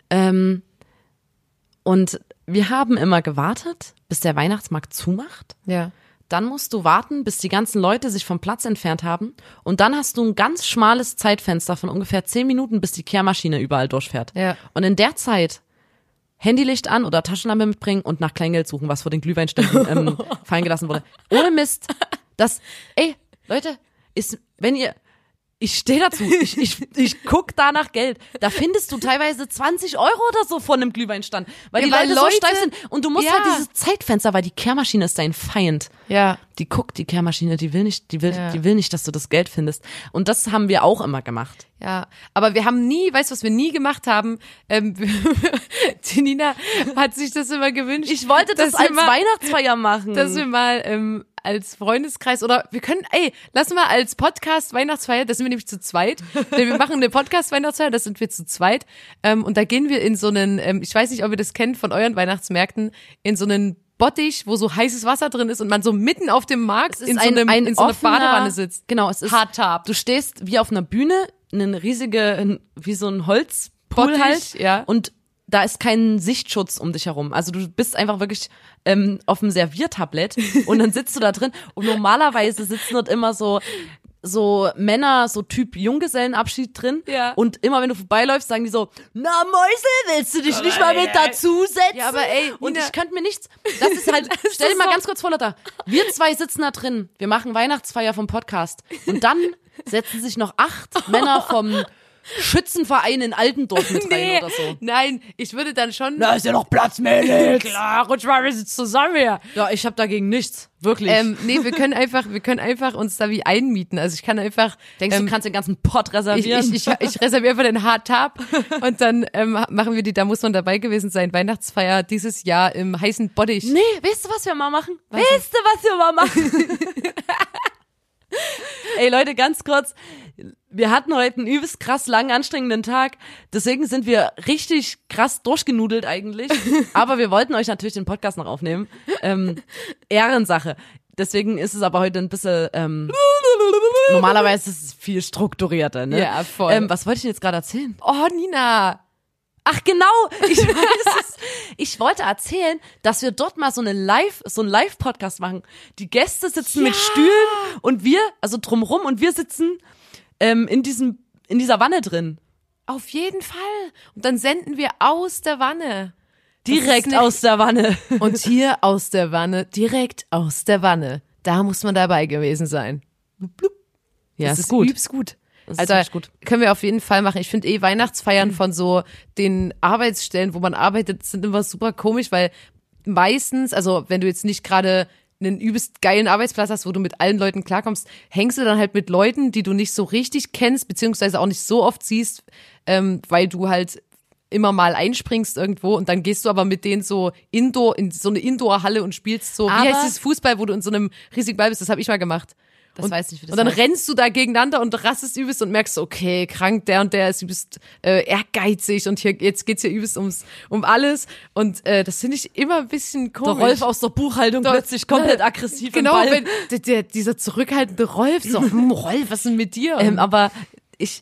Und wir haben immer gewartet, bis der Weihnachtsmarkt zumacht. Ja. Dann musst du warten, bis die ganzen Leute sich vom Platz entfernt haben. Und dann hast du ein ganz schmales Zeitfenster von ungefähr 10 Minuten, bis die Kehrmaschine überall durchfährt. Ja. Und in der Zeit Handylicht an oder Taschenlampe mitbringen und nach Kleingeld suchen, was vor den Glühweinständen fallen gelassen wurde. Ohne Mist. Leute, ich stehe dazu, ich guck da nach Geld. Da findest du teilweise 20 Euro oder so von einem Glühweinstand, weil die Leute so steif sind. Und du musst halt dieses Zeitfenster, weil die Kehrmaschine ist dein Feind. Ja. Die Kehrmaschine, die will nicht, dass du das Geld findest. Und das haben wir auch immer gemacht. Ja, aber wir haben weißt du, was wir nie gemacht haben? Die Nina hat sich das immer gewünscht. Ich wollte das als Weihnachtsfeier machen. Dass wir mal als Freundeskreis oder wir können, lass mal als Podcast Weihnachtsfeier, da sind wir nämlich zu zweit. Denn wir machen eine Podcast Weihnachtsfeier, das sind wir zu zweit. Und da gehen wir in so einen, ich weiß nicht, ob ihr das kennt von euren Weihnachtsmärkten, in so einen Bottich, wo so heißes Wasser drin ist und man so mitten auf dem Markt in so einer Badewanne sitzt. Genau, es ist Hardtop. Du stehst wie auf einer Bühne, wie so ein Holzpool Bottich, halt. ja. Und da ist kein Sichtschutz um dich herum. Also du bist einfach wirklich auf dem Serviertablett und dann sitzt du da drin und normalerweise sitzen dort immer so Männer, so Typ Junggesellenabschied drin. Ja. Und immer wenn du vorbeiläufst, sagen die so, na Mäusel, willst du dich nicht mal mit dazusetzen? Ja, aber und Nina, ich könnte mir nichts, das ist halt, stell dir mal ganz kurz vor, Lotta, wir zwei sitzen da drin, wir machen Weihnachtsfeier vom Podcast und dann setzen sich noch 8 Männer vom Schützenverein in Altendorf mit rein oder so. Nein, ich würde dann schon. Da ist ja noch Platz, Mädels. Klar, rutsch mal, wir sitzen zusammen hier. Ja, ich habe dagegen nichts. Wirklich. Wir können einfach uns da wie einmieten. Also ich kann einfach. Denkst du, du kannst den ganzen Pott reservieren? Ich reserviere einfach den Hardtop und dann machen wir da muss man dabei gewesen sein, Weihnachtsfeier dieses Jahr im heißen Bottich. Nee, weißt du, was wir mal machen? Ey Leute, ganz kurz, wir hatten heute einen übelst krass langen, anstrengenden Tag, deswegen sind wir richtig krass durchgenudelt eigentlich, aber wir wollten euch natürlich den Podcast noch aufnehmen, Ehrensache, deswegen ist es aber heute ein bisschen, normalerweise ist es viel strukturierter, ne? Ja, voll. Was wollte ich denn jetzt gerade erzählen? Oh, Nina. Ach genau, ich weiß es. Ich wollte erzählen, dass wir dort mal so einen Live-Podcast machen. Die Gäste sitzen mit Stühlen und wir, also drumrum und wir sitzen in dieser Wanne drin. Auf jeden Fall. Und dann senden wir aus der Wanne. Direkt aus der Wanne. Und hier aus der Wanne, direkt aus der Wanne. Da muss man dabei gewesen sein. Ja, das ist gut. Übelst gut. Das ist Also wirklich gut. können wir auf jeden Fall machen. Ich finde Weihnachtsfeiern von so den Arbeitsstellen, wo man arbeitet, sind immer super komisch, weil meistens, also wenn du jetzt nicht gerade einen übelst geilen Arbeitsplatz hast, wo du mit allen Leuten klarkommst, hängst du dann halt mit Leuten, die du nicht so richtig kennst, beziehungsweise auch nicht so oft siehst, weil du halt immer mal einspringst irgendwo und dann gehst du aber mit denen so in so eine Indoor-Halle und spielst so, wie heißt das Fußball, wo du in so einem riesigen Ball bist, das habe ich mal gemacht. Das weiß nicht, wie das Und dann heißt. rennst du da gegeneinander und rastest übelst und merkst, okay, krank, der und der ist übelst ehrgeizig und jetzt geht's hier übelst um alles. Und das finde ich immer ein bisschen komisch. Der Rolf aus der Buchhaltung plötzlich komplett aggressiv genau, im Ball. wenn dieser zurückhaltende Rolf, so, Rolf, was ist denn mit dir? Aber ich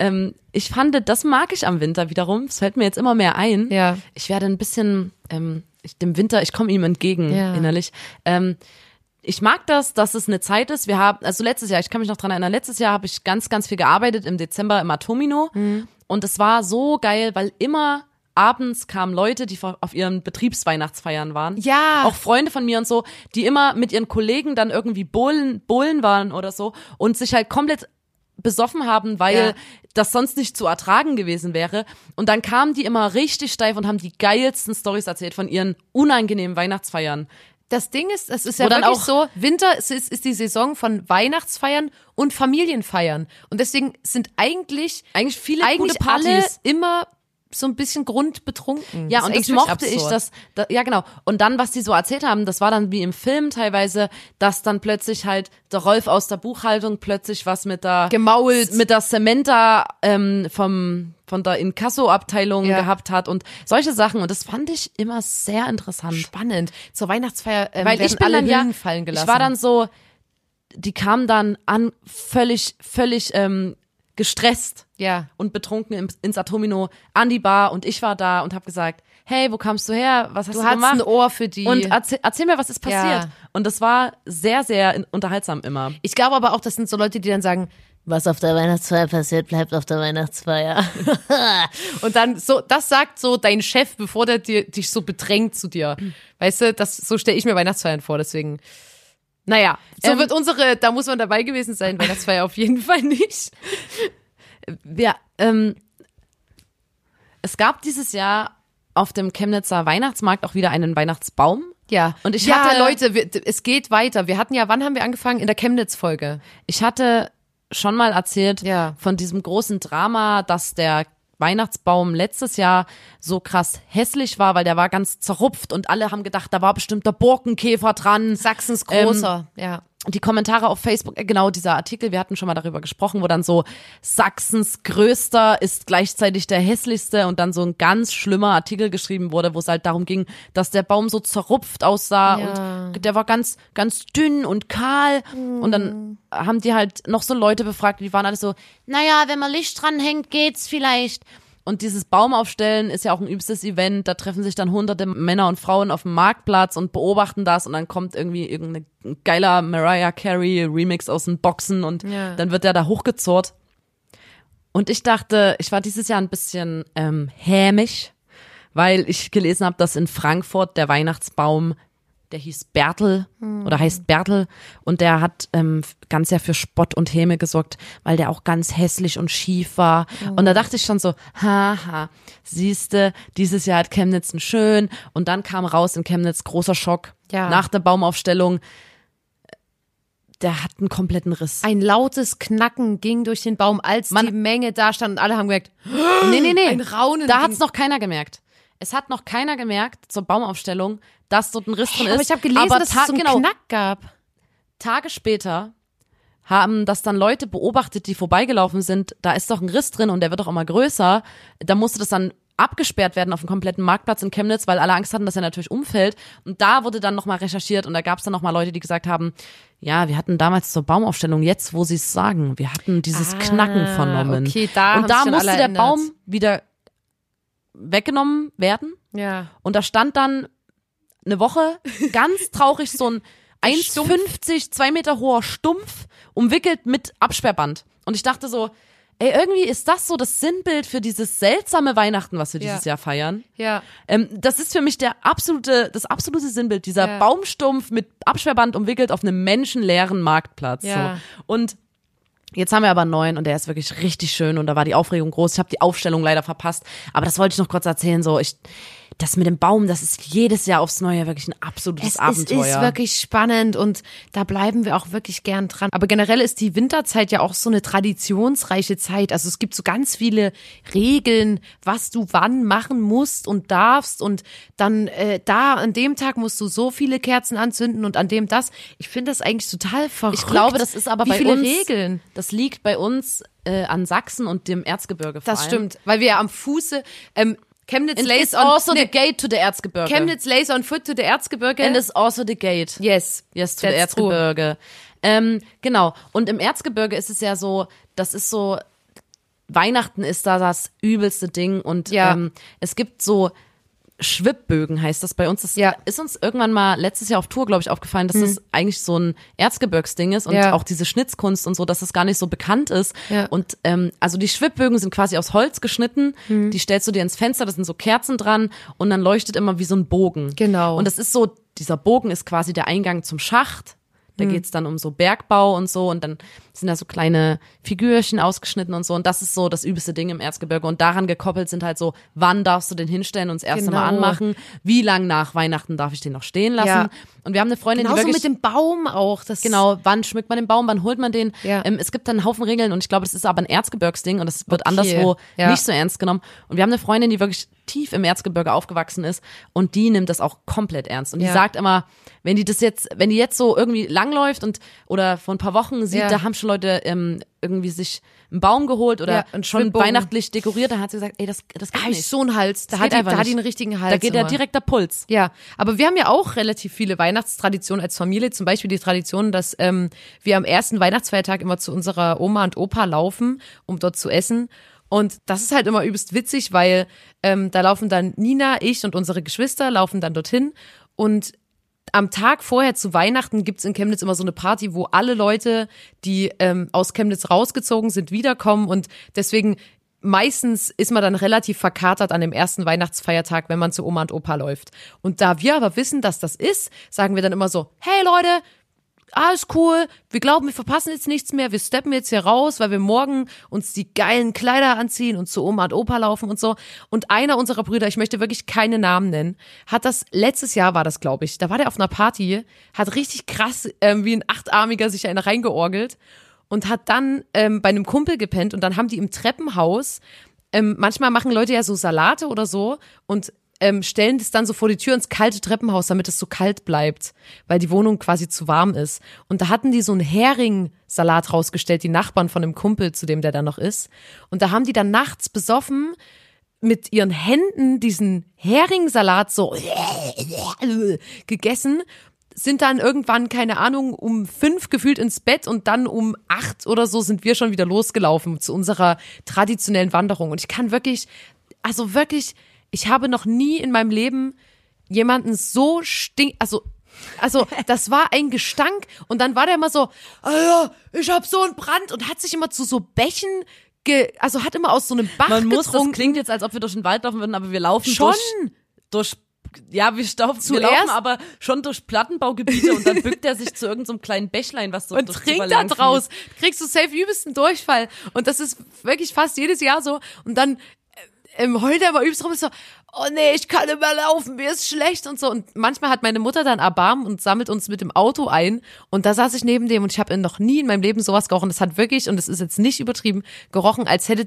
fand, das mag ich am Winter wiederum. Es fällt mir jetzt immer mehr ein. Ja. Ich werde ein bisschen, dem Winter, ich komme ihm entgegen innerlich. Ich mag das, dass es eine Zeit ist. Wir haben, also letztes Jahr, ich kann mich noch dran erinnern, letztes Jahr habe ich ganz, ganz viel gearbeitet im Dezember im Atomino. Und es war so geil, weil immer abends kamen Leute, die auf ihren Betriebsweihnachtsfeiern waren. Ja. Auch Freunde von mir und so, die immer mit ihren Kollegen dann irgendwie Bowlen waren oder so und sich halt komplett besoffen haben, weil das sonst nicht zu ertragen gewesen wäre. Und dann kamen die immer richtig steif und haben die geilsten Storys erzählt von ihren unangenehmen Weihnachtsfeiern. Das Ding ist, es ist ja dann wirklich auch so, Winter ist die Saison von Weihnachtsfeiern und Familienfeiern. Und deswegen sind eigentlich viele gute alle Partys. immer so ein bisschen grundbetrunken. Ja, Das und ist das eigentlich mochte wirklich ich, absurd. ja genau. Und dann, was die so erzählt haben, das war dann wie im Film teilweise, dass dann plötzlich halt der Rolf aus der Buchhaltung plötzlich was mit der Gemault. mit der Samantha von der Inkasso-Abteilung gehabt hat und solche Sachen. Und das fand ich immer sehr interessant. Spannend. Zur Weihnachtsfeier Weil werden ich bin alle dann Hüllen fallen gelassen. Ich war dann so, die kamen dann an, völlig gestresst ja. und betrunken ins Atomino an die Bar und ich war da und habe gesagt, hey, wo kamst du her? Was hast du hast gemacht? ein Ohr für die. Und erzähl mir, was ist passiert. Ja. Und das war sehr, sehr unterhaltsam immer. Ich glaube aber auch, das sind so Leute, die dann sagen, Was auf der Weihnachtsfeier passiert, bleibt auf der Weihnachtsfeier. Und dann so, das sagt so dein Chef, bevor der dich so bedrängt zu dir. Weißt du, so stelle ich mir Weihnachtsfeiern vor, deswegen. Naja, so wird da muss man dabei gewesen sein, Weihnachtsfeier auf jeden Fall nicht. Es gab dieses Jahr auf dem Chemnitzer Weihnachtsmarkt auch wieder einen Weihnachtsbaum. Ja. Und ich hatte, hatte, Leute, es geht weiter. Wir hatten ja, wann haben wir angefangen? In der Chemnitz-Folge. Ich hatte schon mal erzählt von diesem großen Drama, dass der Weihnachtsbaum letztes Jahr so krass hässlich war, weil der war ganz zerrupft und alle haben gedacht, da war bestimmt der Borkenkäfer dran. Sachsens großer, Die Kommentare auf Facebook, genau dieser Artikel, wir hatten schon mal darüber gesprochen, wo dann so Sachsens größter ist gleichzeitig der hässlichste und dann so ein ganz schlimmer Artikel geschrieben wurde, wo es halt darum ging, dass der Baum so zerrupft aussah und der war ganz, ganz dünn und kahl und dann haben die halt noch so Leute befragt, die waren alle so, naja, wenn man Licht dran hängt, geht's vielleicht. Und dieses Baumaufstellen ist ja auch ein übstes Event. Da treffen sich dann hunderte Männer und Frauen auf dem Marktplatz und beobachten das. Und dann kommt irgendwie irgendein geiler Mariah Carey Remix aus den Boxen und dann wird der da hochgezurrt. Und ich dachte, ich war dieses Jahr ein bisschen hämisch, weil ich gelesen habe, dass in Frankfurt der Weihnachtsbaum, der hieß Bertel oder heißt Bertel und der hat ganz ja für Spott und Häme gesorgt, weil der auch ganz hässlich und schief war. Und da dachte ich schon so, haha, siehste, dieses Jahr hat Chemnitz einen schön. Und dann kam raus in Chemnitz großer Schock nach der Baumaufstellung. Der hat einen kompletten Riss. Ein lautes Knacken ging durch den Baum, als die Menge da stand und alle haben gemerkt, nee. Ein Raunen. Da hat's noch keiner gemerkt. Es hat noch keiner gemerkt zur Baumaufstellung, dass dort ein Riss drin ist. Aber ich habe gelesen, dass es so einen Knack gab. Tage später haben das dann Leute beobachtet, die vorbeigelaufen sind. Da ist doch ein Riss drin und der wird doch immer größer. Da musste das dann abgesperrt werden auf dem kompletten Marktplatz in Chemnitz, weil alle Angst hatten, dass er natürlich umfällt. Und da wurde dann nochmal recherchiert und da gab es dann nochmal Leute, die gesagt haben, ja, wir hatten damals zur Baumaufstellung, jetzt wo sie es sagen, wir hatten dieses Knacken vernommen. Okay, und da musste der Baum wieder weggenommen werden. Ja. Und da stand dann eine Woche ganz traurig so ein 1,50, 2 Meter hoher Stumpf, umwickelt mit Absperrband. Und ich dachte so, ey, irgendwie ist das so das Sinnbild für dieses seltsame Weihnachten, was wir dieses Jahr feiern. Ja. Das ist für mich das absolute Sinnbild, dieser Baumstumpf mit Absperrband umwickelt auf einem menschenleeren Marktplatz. Ja. So. Und jetzt haben wir aber einen neuen und der ist wirklich richtig schön und da war die Aufregung groß. Ich habe die Aufstellung leider verpasst, aber das wollte ich noch kurz erzählen. So, das mit dem Baum, das ist jedes Jahr aufs Neue wirklich ein absolutes Abenteuer. Es ist wirklich spannend und da bleiben wir auch wirklich gern dran. Aber generell ist die Winterzeit ja auch so eine traditionsreiche Zeit. Also es gibt so ganz viele Regeln, was du wann machen musst und darfst und dann an dem Tag musst du so viele Kerzen anzünden und an dem das. Ich finde das eigentlich total verrückt. Ich glaube, das ist aber Wie bei viele uns, Regeln? Das liegt bei uns an Sachsen und dem Erzgebirge vor allem. Das stimmt, weil wir ja am Fuße Chemnitz lays it's also the gate to the Erzgebirge. Chemnitz lays on foot to the Erzgebirge. And it's also the gate. Yes. Yes, to the Erzgebirge. Genau. Und im Erzgebirge ist es ja so, das ist so, Weihnachten ist da das übelste Ding und es gibt so Schwibbögen heißt das bei uns. Das ist uns irgendwann mal letztes Jahr auf Tour, glaube ich, aufgefallen, dass das eigentlich so ein Erzgebirgsding ist und auch diese Schnitzkunst und so, dass das gar nicht so bekannt ist. Ja. Und also die Schwibbögen sind quasi aus Holz geschnitten, die stellst du dir ins Fenster, da sind so Kerzen dran und dann leuchtet immer wie so ein Bogen. Genau. Und das ist so, dieser Bogen ist quasi der Eingang zum Schacht. Da geht's dann um so Bergbau und so und dann sind da so kleine Figürchen ausgeschnitten und so und das ist so das übelste Ding im Erzgebirge und daran gekoppelt sind halt so, wann darfst du den hinstellen und das erste Mal anmachen, wie lang nach Weihnachten darf ich den noch stehen lassen und wir haben eine Freundin, genauso die wirklich... mit dem Baum auch. Genau, wann schmückt man den Baum, wann holt man den? Ja. Es gibt dann einen Haufen Regeln und ich glaube, das ist aber ein Erzgebirgsding und das wird anderswo nicht so ernst genommen und wir haben eine Freundin, die wirklich tief im Erzgebirge aufgewachsen ist und die nimmt das auch komplett ernst und die sagt immer, wenn die jetzt so irgendwie langläuft oder vor ein paar Wochen sieht, da haben schon Leute irgendwie sich einen Baum geholt oder schon weihnachtlich dekoriert, dann hat sie gesagt, ey, das geht nicht. So einen Hals, da hat die einen richtigen Hals. Da geht ja direkt der Puls. Ja, aber wir haben ja auch relativ viele Weihnachtstraditionen als Familie, zum Beispiel die Tradition, dass wir am ersten Weihnachtsfeiertag immer zu unserer Oma und Opa laufen, um dort zu essen. Und das ist halt immer übelst witzig, weil da laufen dann Nina, ich und unsere Geschwister laufen dann dorthin und am Tag vorher zu Weihnachten gibt's in Chemnitz immer so eine Party, wo alle Leute, die aus Chemnitz rausgezogen sind, wiederkommen und deswegen meistens ist man dann relativ verkatert an dem ersten Weihnachtsfeiertag, wenn man zu Oma und Opa läuft. Und da wir aber wissen, dass das ist, sagen wir dann immer so, hey Leute, alles cool, wir glauben, wir verpassen jetzt nichts mehr, wir steppen jetzt hier raus, weil wir morgen uns die geilen Kleider anziehen und zu Oma und Opa laufen und so. Und einer unserer Brüder, ich möchte wirklich keine Namen nennen, hat das, letztes Jahr war das, glaube ich, da war der auf einer Party, hat richtig krass wie ein Achtarmiger sich einen reingeorgelt und hat dann bei einem Kumpel gepennt und dann haben die im Treppenhaus, manchmal machen Leute ja so Salate oder so und stellen das dann so vor die Tür ins kalte Treppenhaus, damit es so kalt bleibt, weil die Wohnung quasi zu warm ist. Und da hatten die so einen Heringssalat rausgestellt, die Nachbarn von einem Kumpel, zu dem der da noch ist. Und da haben die dann nachts besoffen mit ihren Händen diesen Heringssalat so gegessen, sind dann irgendwann, keine Ahnung, um 5 gefühlt ins Bett und dann um 8 oder so sind wir schon wieder losgelaufen zu unserer traditionellen Wanderung. Und ich kann wirklich, ich habe noch nie in meinem Leben jemanden so also das war ein Gestank und dann war der immer so, ich hab so einen Brand und hat sich immer zu so Bächen, hat immer aus so einem Bach getrunken. Das klingt jetzt, als ob wir durch den Wald laufen würden, aber wir laufen schon durch wir laufen aber schon durch Plattenbaugebiete und dann bückt er sich zu irgendeinem kleinen Bächlein, was so und trinkt da draus, kriegst du safe übelsten Durchfall und das ist wirklich fast jedes Jahr so und dann heult er aber übelst rum, ist so, oh nee, ich kann nicht mehr laufen, mir ist schlecht und so. Und manchmal hat meine Mutter dann Erbarmen und sammelt uns mit dem Auto ein. Und da saß ich neben dem und ich habe noch nie in meinem Leben sowas gerochen. Das hat wirklich, und das ist jetzt nicht übertrieben, gerochen, als hätte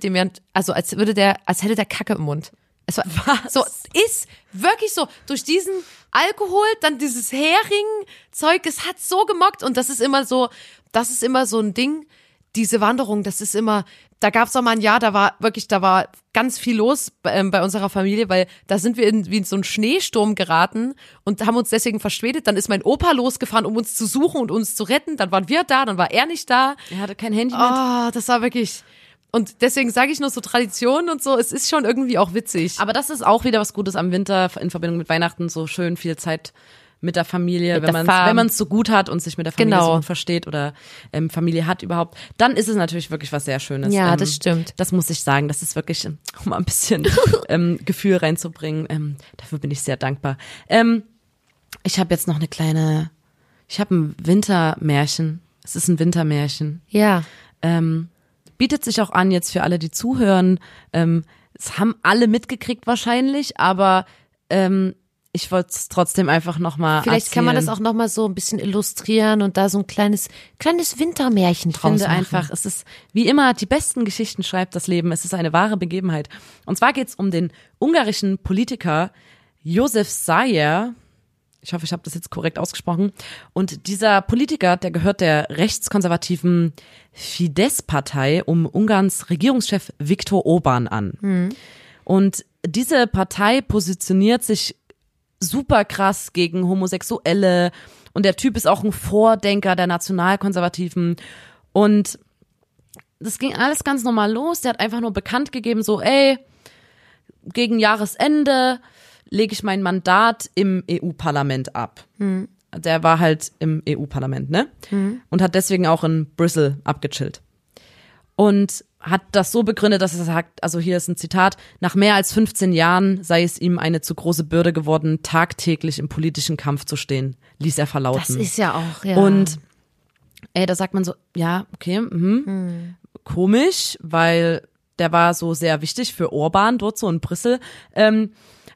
der Kacke im Mund. Es war so, ist wirklich so, durch diesen Alkohol, dann dieses Hering-Zeug, es hat so gemockt und das ist immer so ein Ding, diese Wanderung, das ist immer, da gab's auch mal ein Jahr, da war ganz viel los bei unserer Familie, weil da sind wir wie in so einen Schneesturm geraten und haben uns deswegen verspätet. Dann ist mein Opa losgefahren, um uns zu suchen und uns zu retten. Dann waren wir da, dann war er nicht da. Er hatte kein Handy mit. Oh, das war wirklich... Und deswegen sage ich nur so Traditionen und so, es ist schon irgendwie auch witzig. Aber das ist auch wieder was Gutes am Winter in Verbindung mit Weihnachten, so schön viel Zeit mit der Familie, wenn man es so gut hat und sich mit der Familie so gut versteht oder Familie hat überhaupt, dann ist es natürlich wirklich was sehr Schönes. Ja, das stimmt. Das muss ich sagen, das ist wirklich, um mal ein bisschen Gefühl reinzubringen, dafür bin ich sehr dankbar. Ich habe jetzt noch ich habe ein Wintermärchen. Es ist ein Wintermärchen. Ja. Bietet sich auch an jetzt für alle, die zuhören. Es haben alle mitgekriegt wahrscheinlich, aber ich wollte es trotzdem einfach nochmal Vielleicht kann man das auch nochmal so ein bisschen illustrieren und da so ein kleines Wintermärchen draus machen. Ich finde einfach, es ist, wie immer, die besten Geschichten schreibt das Leben. Es ist eine wahre Begebenheit. Und zwar geht es um den ungarischen Politiker József Szájer. Ich hoffe, ich habe das jetzt korrekt ausgesprochen. Und dieser Politiker, der gehört der rechtskonservativen Fidesz-Partei um Ungarns Regierungschef Viktor Orbán an. Und diese Partei positioniert sich super krass gegen Homosexuelle und der Typ ist auch ein Vordenker der Nationalkonservativen und das ging alles ganz normal los. Der hat einfach nur bekannt gegeben, so gegen Jahresende lege ich mein Mandat im EU-Parlament ab. Der war halt im EU-Parlament, ne? Und hat deswegen auch in Brüssel abgechillt. Und hat das so begründet, dass er sagt, also hier ist ein Zitat, nach mehr als 15 Jahren sei es ihm eine zu große Bürde geworden, tagtäglich im politischen Kampf zu stehen, ließ er verlauten. Das ist ja auch, ja. Und da sagt man so, ja, okay, komisch, weil der war so sehr wichtig für Orbán dort so in Brüssel. Dann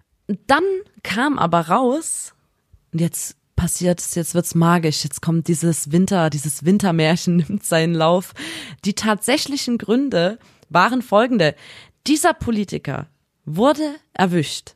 kam aber raus, und jetzt wird's magisch, jetzt kommt dieses Wintermärchen nimmt seinen Lauf. Die tatsächlichen Gründe waren folgende. Dieser Politiker wurde erwischt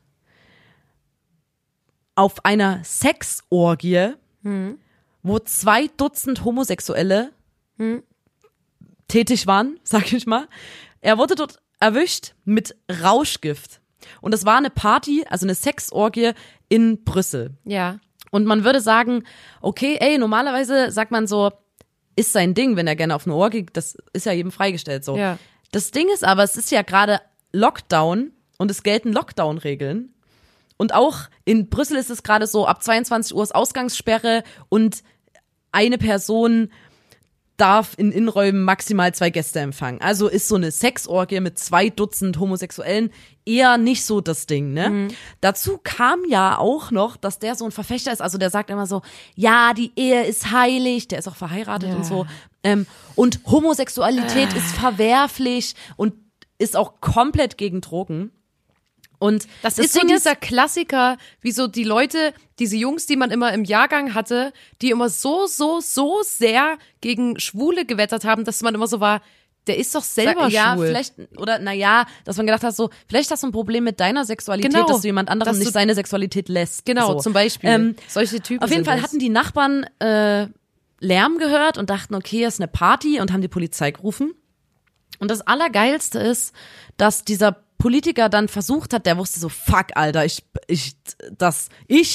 auf einer Sexorgie, wo 2 Dutzend Homosexuelle tätig waren, sag ich mal. Er wurde dort erwischt mit Rauschgift. Und das war eine Party, also eine Sexorgie in Brüssel. Ja. Und man würde sagen, okay, normalerweise sagt man so, ist sein Ding, wenn er gerne auf eine Orgie, das ist ja jedem freigestellt so. Ja. Das Ding ist aber, es ist ja gerade Lockdown und es gelten Lockdown-Regeln. Und auch in Brüssel ist es gerade so, ab 22 Uhr ist Ausgangssperre und eine Person darf in Innenräumen maximal 2 Gäste empfangen. Also ist so eine Sexorgie mit 2 Dutzend Homosexuellen eher nicht so das Ding, ne? Dazu kam ja auch noch, dass der so ein Verfechter ist, also der sagt immer so, ja, die Ehe ist heilig, der ist auch verheiratet und so. Und Homosexualität ist verwerflich und ist auch komplett gegen Drogen. Und das ist so dieser Klassiker, wie so die Leute, diese Jungs, die man immer im Jahrgang hatte, die immer so sehr gegen Schwule gewettert haben, dass man immer so war, der ist doch selber ja, schwul. Vielleicht, oder dass man gedacht hat, so, vielleicht hast du ein Problem mit deiner Sexualität, Genau, dass du jemand anderem dass nicht du- seine Sexualität lässt. Genau, so. zum Beispiel. Solche Typen Auf jeden sind Fall das. hatten die Nachbarn Lärm gehört und dachten, okay, hier ist eine Party und haben die Polizei gerufen. Und das Allergeilste ist, dass dieser Politiker dann versucht hat, der wusste so, fuck, Alter, das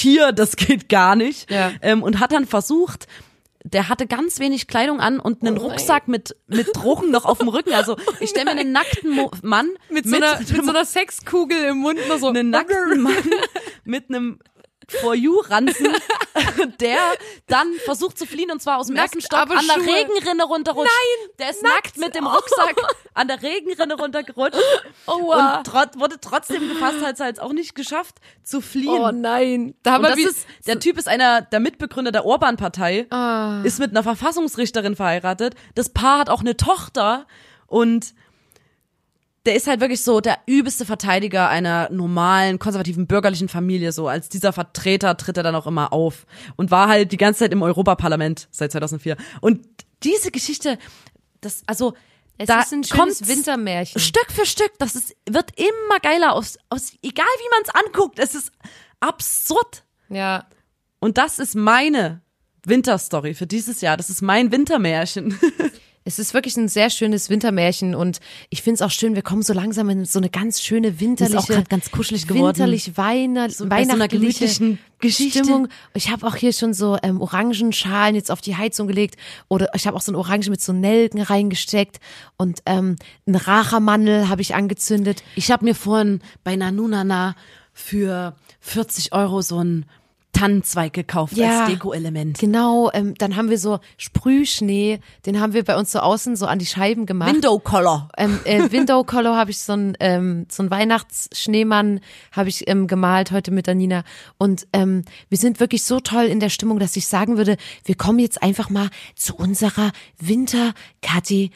geht gar nicht. Ja. Und hat dann versucht, der hatte ganz wenig Kleidung an und einen Rucksack mit Drogen noch auf dem Rücken. Also ich stelle mir einen nackten Mann mit so einer Sexkugel im Mund nur so. einen nackten Mann mit einem For You-Ranzen, der dann versucht zu fliehen und zwar aus dem Nackt, ersten Stock aber an der Schuhe. Regenrinne runterrutscht. Nein, der ist nackt mit dem Rucksack an der Regenrinne runtergerutscht Aua. und wurde trotzdem gefasst, hat es halt auch nicht geschafft zu fliehen. Oh nein. Da haben Und wir der Typ ist einer der Mitbegründer der Orban-Partei, ist mit einer Verfassungsrichterin verheiratet. Das Paar hat auch eine Tochter und der ist halt wirklich so der übelste Verteidiger einer normalen, konservativen, bürgerlichen Familie. So als dieser Vertreter tritt er dann auch immer auf und war halt die ganze Zeit im Europaparlament seit 2004. Und diese Geschichte, es da ist ein schönes kommt's Wintermärchen. Stück für Stück, wird immer geiler egal wie man es anguckt, es ist absurd. Ja. Und das ist meine Winterstory für dieses Jahr. Das ist mein Wintermärchen. Es ist wirklich ein sehr schönes Wintermärchen und ich finde es auch schön, wir kommen so langsam in so eine ganz schöne winterliche, Ist auch grad ganz kuschelig geworden. winterlich bei so einer weihnachtliche gemütlichen Geschichte. Stimmung. Ich habe auch hier schon so Orangenschalen jetzt auf die Heizung gelegt oder ich habe auch so eine Orange mit so Nelken reingesteckt und einen Rachermandel habe ich angezündet. Ich habe mir vorhin bei Nanunana für 40 € so einen Tannenzweig gekauft als Deko-Element. Genau, dann haben wir so Sprühschnee, den haben wir bei uns so außen so an die Scheiben gemacht. Window Color. Window Color habe ich so einen Weihnachtsschneemann habe ich gemalt heute mit der Nina und wir sind wirklich so toll in der Stimmung, dass ich sagen würde, wir kommen jetzt einfach mal zu unserer Winterkategorie.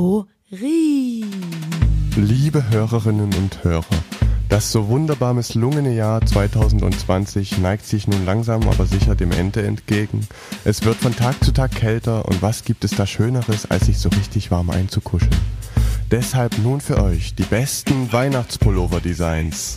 Liebe Hörerinnen und Hörer, das so wunderbar misslungene Jahr 2020 neigt sich nun langsam aber sicher dem Ende entgegen. Es wird von Tag zu Tag kälter und was gibt es da Schöneres, als sich so richtig warm einzukuscheln? Deshalb nun für euch die besten Weihnachtspullover-Designs.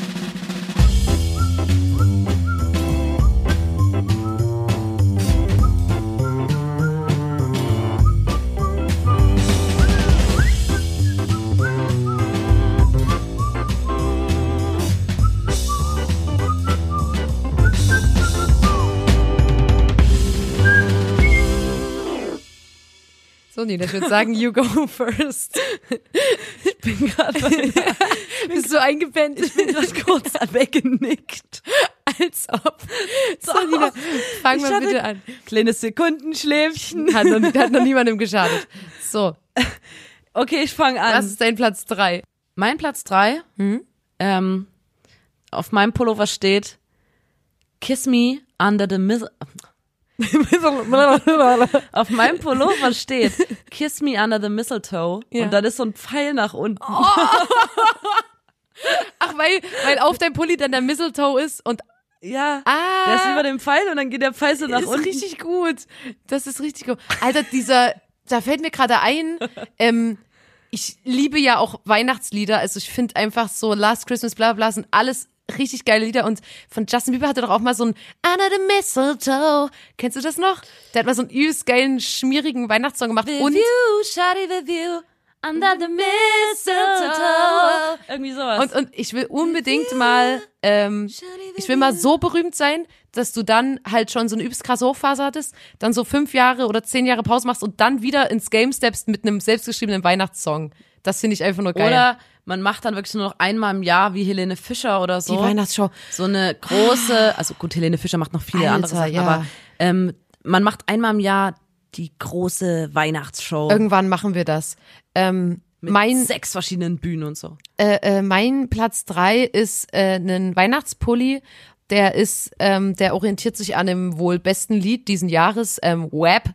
So, Nina, ich würde sagen, you go first. Ich bin gerade Bist du eingepennt? Ich bin gerade kurz weggenickt. als ob. So, Nina, fang mal bitte an. Kleines Sekundenschläfchen. Hat noch niemandem geschadet. So, Okay, ich fange an. was ist dein Platz 3? Mein Platz 3, auf meinem Pullover steht Kiss me under the Auf meinem Pullover steht Kiss me under the mistletoe Ja. und dann ist so ein Pfeil nach unten. Ach, weil auf deinem Pulli dann der Mistletoe ist und Ja, der ist über dem Pfeil und dann geht der Pfeil so nach ist unten. richtig gut. Das ist richtig gut. Alter, da fällt mir gerade ein, ich liebe ja auch Weihnachtslieder, also ich finde einfach so Last Christmas, bla bla, sind alles richtig geile Lieder und von Justin Bieber hatte doch auch mal so ein Under the Mistletoe. Kennst du das noch? Der hat mal so einen übelst geilen, schmierigen Weihnachtssong gemacht. Und shawty with you, under the mistletoe. Irgendwie sowas. Und ich will unbedingt mal, ich will mal so berühmt sein, dass du dann halt schon so eine übelst krasse Hochphase hattest, dann so 5 Jahre oder 10 Jahre Pause machst und dann wieder ins Game steppst mit einem selbstgeschriebenen Weihnachtssong. Das finde ich einfach nur geil. Oder man macht dann wirklich nur noch einmal im Jahr wie Helene Fischer oder so. Die Weihnachtsshow. So eine große, also gut, Helene Fischer macht noch viele andere Sachen, ja. aber man macht einmal im Jahr die große Weihnachtsshow. Irgendwann machen wir das. Mit 6 verschiedenen Bühnen und so. Mein Platz 3 ist ein Weihnachtspulli. Der orientiert sich an dem wohl besten Lied diesen Jahres, Web,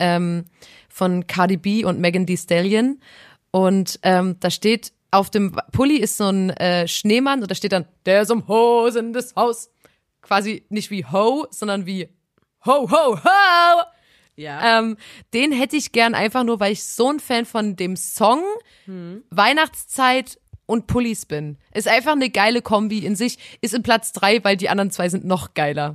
von Cardi B und Megan Thee Stallion. Und da steht, auf dem Pulli ist so ein Schneemann und da steht dann, der ist Hose in das Haus. Quasi nicht wie Ho, sondern wie Ho, Ho, Ho. Ja. Den hätte ich gern einfach nur, weil ich so ein Fan von dem Song, Weihnachtszeit und Pullis bin. Ist einfach eine geile Kombi in sich. Ist im Platz 3, weil die anderen 2 sind noch geiler.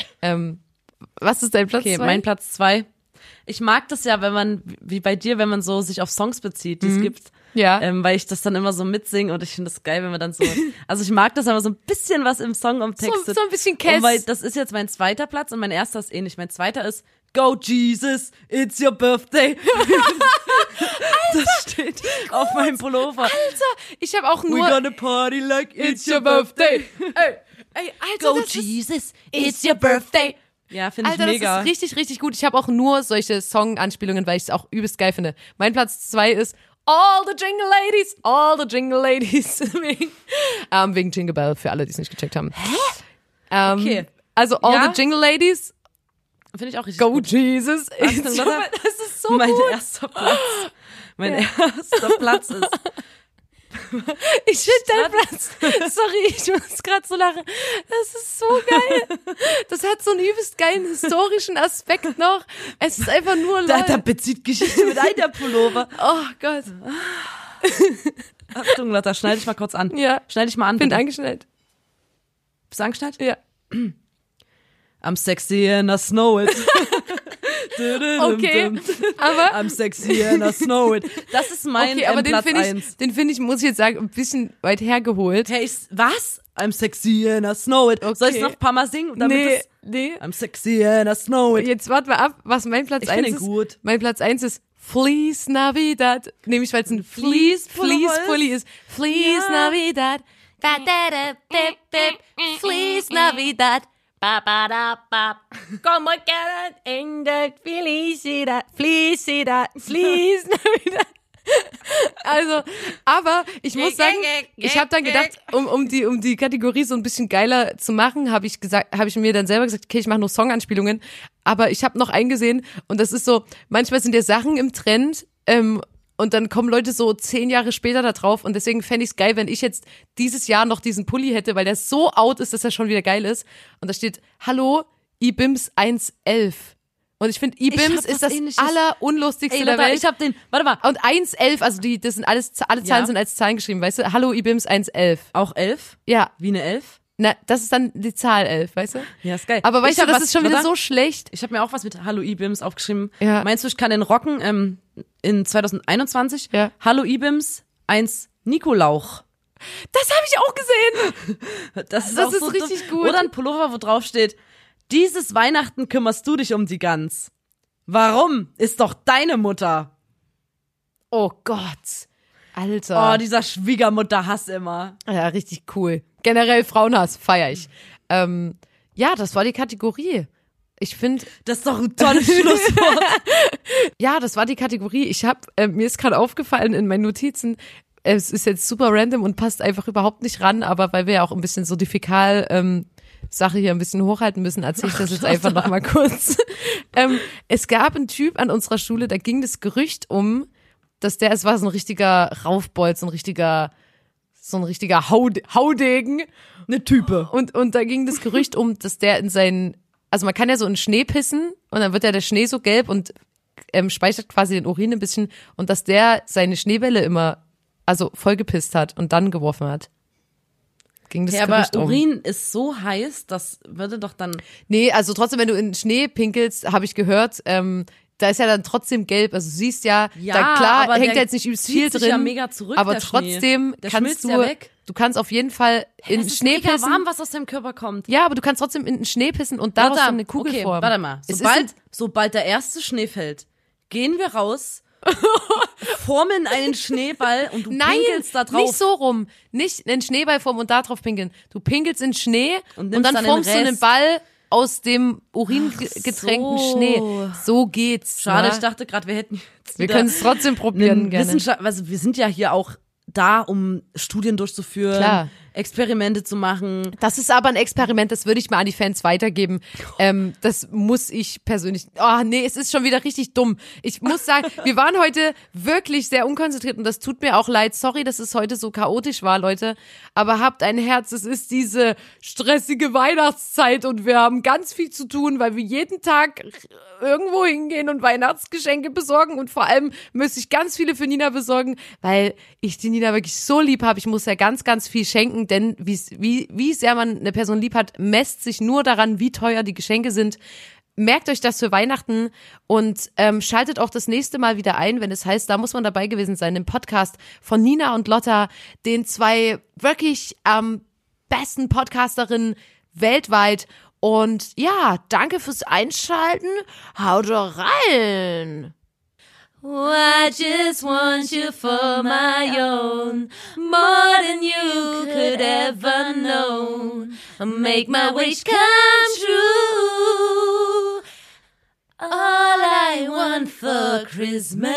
Was ist dein Platz 2? Okay, mein Platz 2. Ich mag das ja, wenn man, wie bei dir, wenn man so sich auf Songs bezieht, die es gibt. Ja. Weil ich das dann immer so mitsinge und ich finde das geil, wenn man dann so, also ich mag das, wenn man so ein bisschen was im Song umtextet. So ein bisschen Cass. Weil das ist jetzt mein zweiter Platz und mein erster ist ähnlich. Mein zweiter ist Go Jesus, it's your birthday. Das steht auf meinem Pullover. Alter, ich habe auch nur... We're gonna party like it's your birthday. Ey, Alter, Go Jesus, it's your birthday. Ja, finde ich Alter, mega. das ist richtig, richtig gut. Ich habe auch nur solche Song-Anspielungen, weil ich es auch übelst geil finde. Mein Platz 2 ist All the Jingle Ladies. Wegen Jingle Bell, für alle, die es nicht gecheckt haben. Okay. Also All the Jingle Ladies, Finde ich auch richtig Go gut. Jesus. Achtung, Das Lotta. ist so Mein gut. erster Platz. Mein erster Platz ist Ich finde dein Platz. Sorry, ich muss gerade so lachen. Das ist so geil. Das hat so einen übelst geilen historischen Aspekt noch. Es ist einfach nur da bezieht Geschichte mit einer Pullover. Oh Gott. Achtung, Lotta, schneid dich mal kurz an. Ja. Schneid dich mal an, Bin bitte. angeschnallt. Bist du angeschnallt? Ja. I'm sexy and I know it. Okay, aber I'm sexy and I know it. Das ist mein okay, aber den Platz finde 1. ich, muss ich jetzt sagen, ein bisschen weit hergeholt. Hey, was? I'm sexy and I know it. Soll ich noch ein paar Mal singen? Damit Nee. I'm sexy and I know it. Jetzt warten wir ab, was mein Platz Ich 1 finde ist. ihn gut. Mein Platz 1 ist Feliz Navidad. Nämlich, weil es ein Fleece-Pulli ist. Feliz Navidad. Da, da, da, dip, dip. Feliz Navidad. Ba, ba, da, ba. Como quieran en der Felicidad. Felicidad. Feliz Navidad. Also, aber ich muss sagen, ich habe dann gedacht, um die Kategorie so ein bisschen geiler zu machen, habe ich mir dann selber gesagt, okay, ich mache nur Songanspielungen, aber ich habe noch eingesehen und das ist so, manchmal sind ja Sachen im Trend und dann kommen Leute so 10 Jahre später da drauf und deswegen fände ich es geil, wenn ich jetzt dieses Jahr noch diesen Pulli hätte, weil der so out ist, dass er schon wieder geil ist und da steht, hallo, IBIMS 111. Und ich finde, IBIMS ist das allerunlustigste der Welt. Ich hab den, warte mal. Und 111, also das sind alle Zahlen sind als Zahlen geschrieben, weißt du? Hallo, IBIMS 111. Auch 11? Ja. Wie eine 11? Na, das ist dann die Zahl 11, weißt du? Ja, ist geil. Aber weißt du, das ist schon wieder so schlecht. Ich habe mir auch was mit Hallo IBIMS aufgeschrieben. Ja. Meinst du, ich kann den rocken in 2021? Ja. Hallo IBIMS 1 Nikolauch. Das habe ich auch gesehen. Das ist, Das auch ist so richtig gut. Oder ein Pullover, wo drauf steht, dieses Weihnachten kümmerst du dich um die Gans. Warum? Ist doch deine Mutter. Oh Gott. Alter. Oh, dieser Schwiegermutterhass immer. Ja, richtig cool. Generell Frauenhass, feier ich. Ja, das war die Kategorie. Ich finde, Das ist doch ein tolles Schlusswort. ja, das war die Kategorie. Mir ist gerade aufgefallen in meinen Notizen, es ist jetzt super random und passt einfach überhaupt nicht ran, aber weil wir ja auch ein bisschen so die Fäkal-Sache hier ein bisschen hochhalten müssen, erzähle ich das jetzt einfach nochmal kurz. Es gab einen Typ an unserer Schule, da ging das Gerücht um, dass es war so ein richtiger Raufbold, so ein richtiger Haudegen. Eine Type. Und da ging das Gerücht um, dass der also man kann ja so in Schnee pissen und dann wird ja der Schnee so gelb und speichert quasi den Urin ein bisschen und dass der seine Schneebälle immer vollgepisst hat und dann geworfen hat. Ging das Ja, aber Gerücht um. Urin ist so heiß, das würde doch dann... Nee, also trotzdem, wenn du in Schnee pinkelst, habe ich gehört, da ist ja dann trotzdem gelb, also du siehst ja, da klar aber hängt der ja jetzt nicht übelst zieht viel sich drin, ja mega zurück, aber der Schnee. trotzdem Der kannst schmilzt du, ja weg. du kannst auf jeden Fall in Es ist Schnee mega pissen. warm, was aus deinem Körper kommt. Ja, aber du kannst trotzdem in den Schnee pissen und daraus Lotta, dann eine Kugel okay, formen. warte mal. Es ist Sobald der erste Schnee fällt, gehen wir raus formen einen Schneeball und du pinkelst da drauf. Nicht so rum. Nicht einen Schneeball formen und da drauf pinkeln. Du pinkelst in Schnee und dann formst du einen Ball aus dem uringetränkten Schnee. So geht's. Schade, ne? ich dachte gerade, wir hätten jetzt Wir können es trotzdem probieren gerne. Also wir sind ja hier auch da, um Studien durchzuführen, Klar. Experimente zu machen. Das ist aber ein Experiment, das würde ich mal an die Fans weitergeben. Das muss ich persönlich. Oh nee, es ist schon wieder richtig dumm. Ich muss sagen, wir waren heute wirklich sehr unkonzentriert und das tut mir auch leid. Sorry, dass es heute so chaotisch war, Leute. Aber habt ein Herz, es ist diese stressige Weihnachtszeit und wir haben ganz viel zu tun, weil wir jeden Tag irgendwo hingehen und Weihnachtsgeschenke besorgen und vor allem müsste ich ganz viele für Nina besorgen, weil ich die Nina wirklich so lieb habe. Ich muss ja ganz, ganz viel schenken, denn wie sehr man eine Person lieb hat, messt sich nur daran, wie teuer die Geschenke sind. Merkt euch das für Weihnachten und schaltet auch das nächste Mal wieder ein, wenn es heißt, da muss man dabei gewesen sein, im Podcast von Nina und Lotta, den 2 wirklich besten Podcasterinnen weltweit. Und ja, danke fürs Einschalten. Haut rein! I just want you for my own, more than you could ever know. Make my wish come true. All I want for Christmas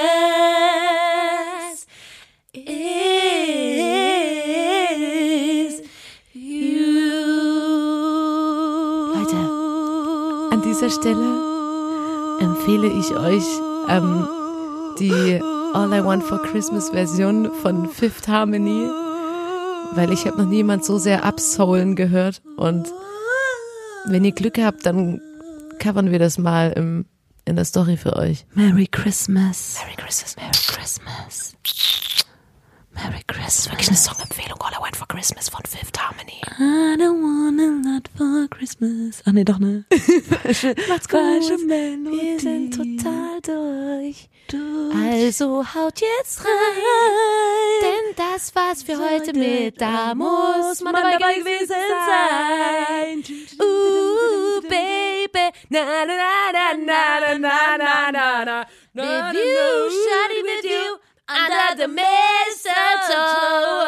is you. Leute, an dieser Stelle empfehle ich euch die All I Want for Christmas Version von Fifth Harmony, weil ich habe noch niemand so sehr absoulen gehört und wenn ihr Glück habt, dann covern wir das mal in der Story für euch. Merry Christmas. Merry Christmas. Merry Christmas. Merry Christmas. Wirklich eine Songempfehlung, All I Want for Christmas von Fifth Harmony. I don't want a lot for Christmas. Ach nee, doch ne. Macht's gut. Wir sind total durch. Also haut jetzt rein, denn das war's für heute mit Da muss man dabei gewesen sein. Baby, na na na na na na na na na. With you, shawty, with you, under the mistletoe.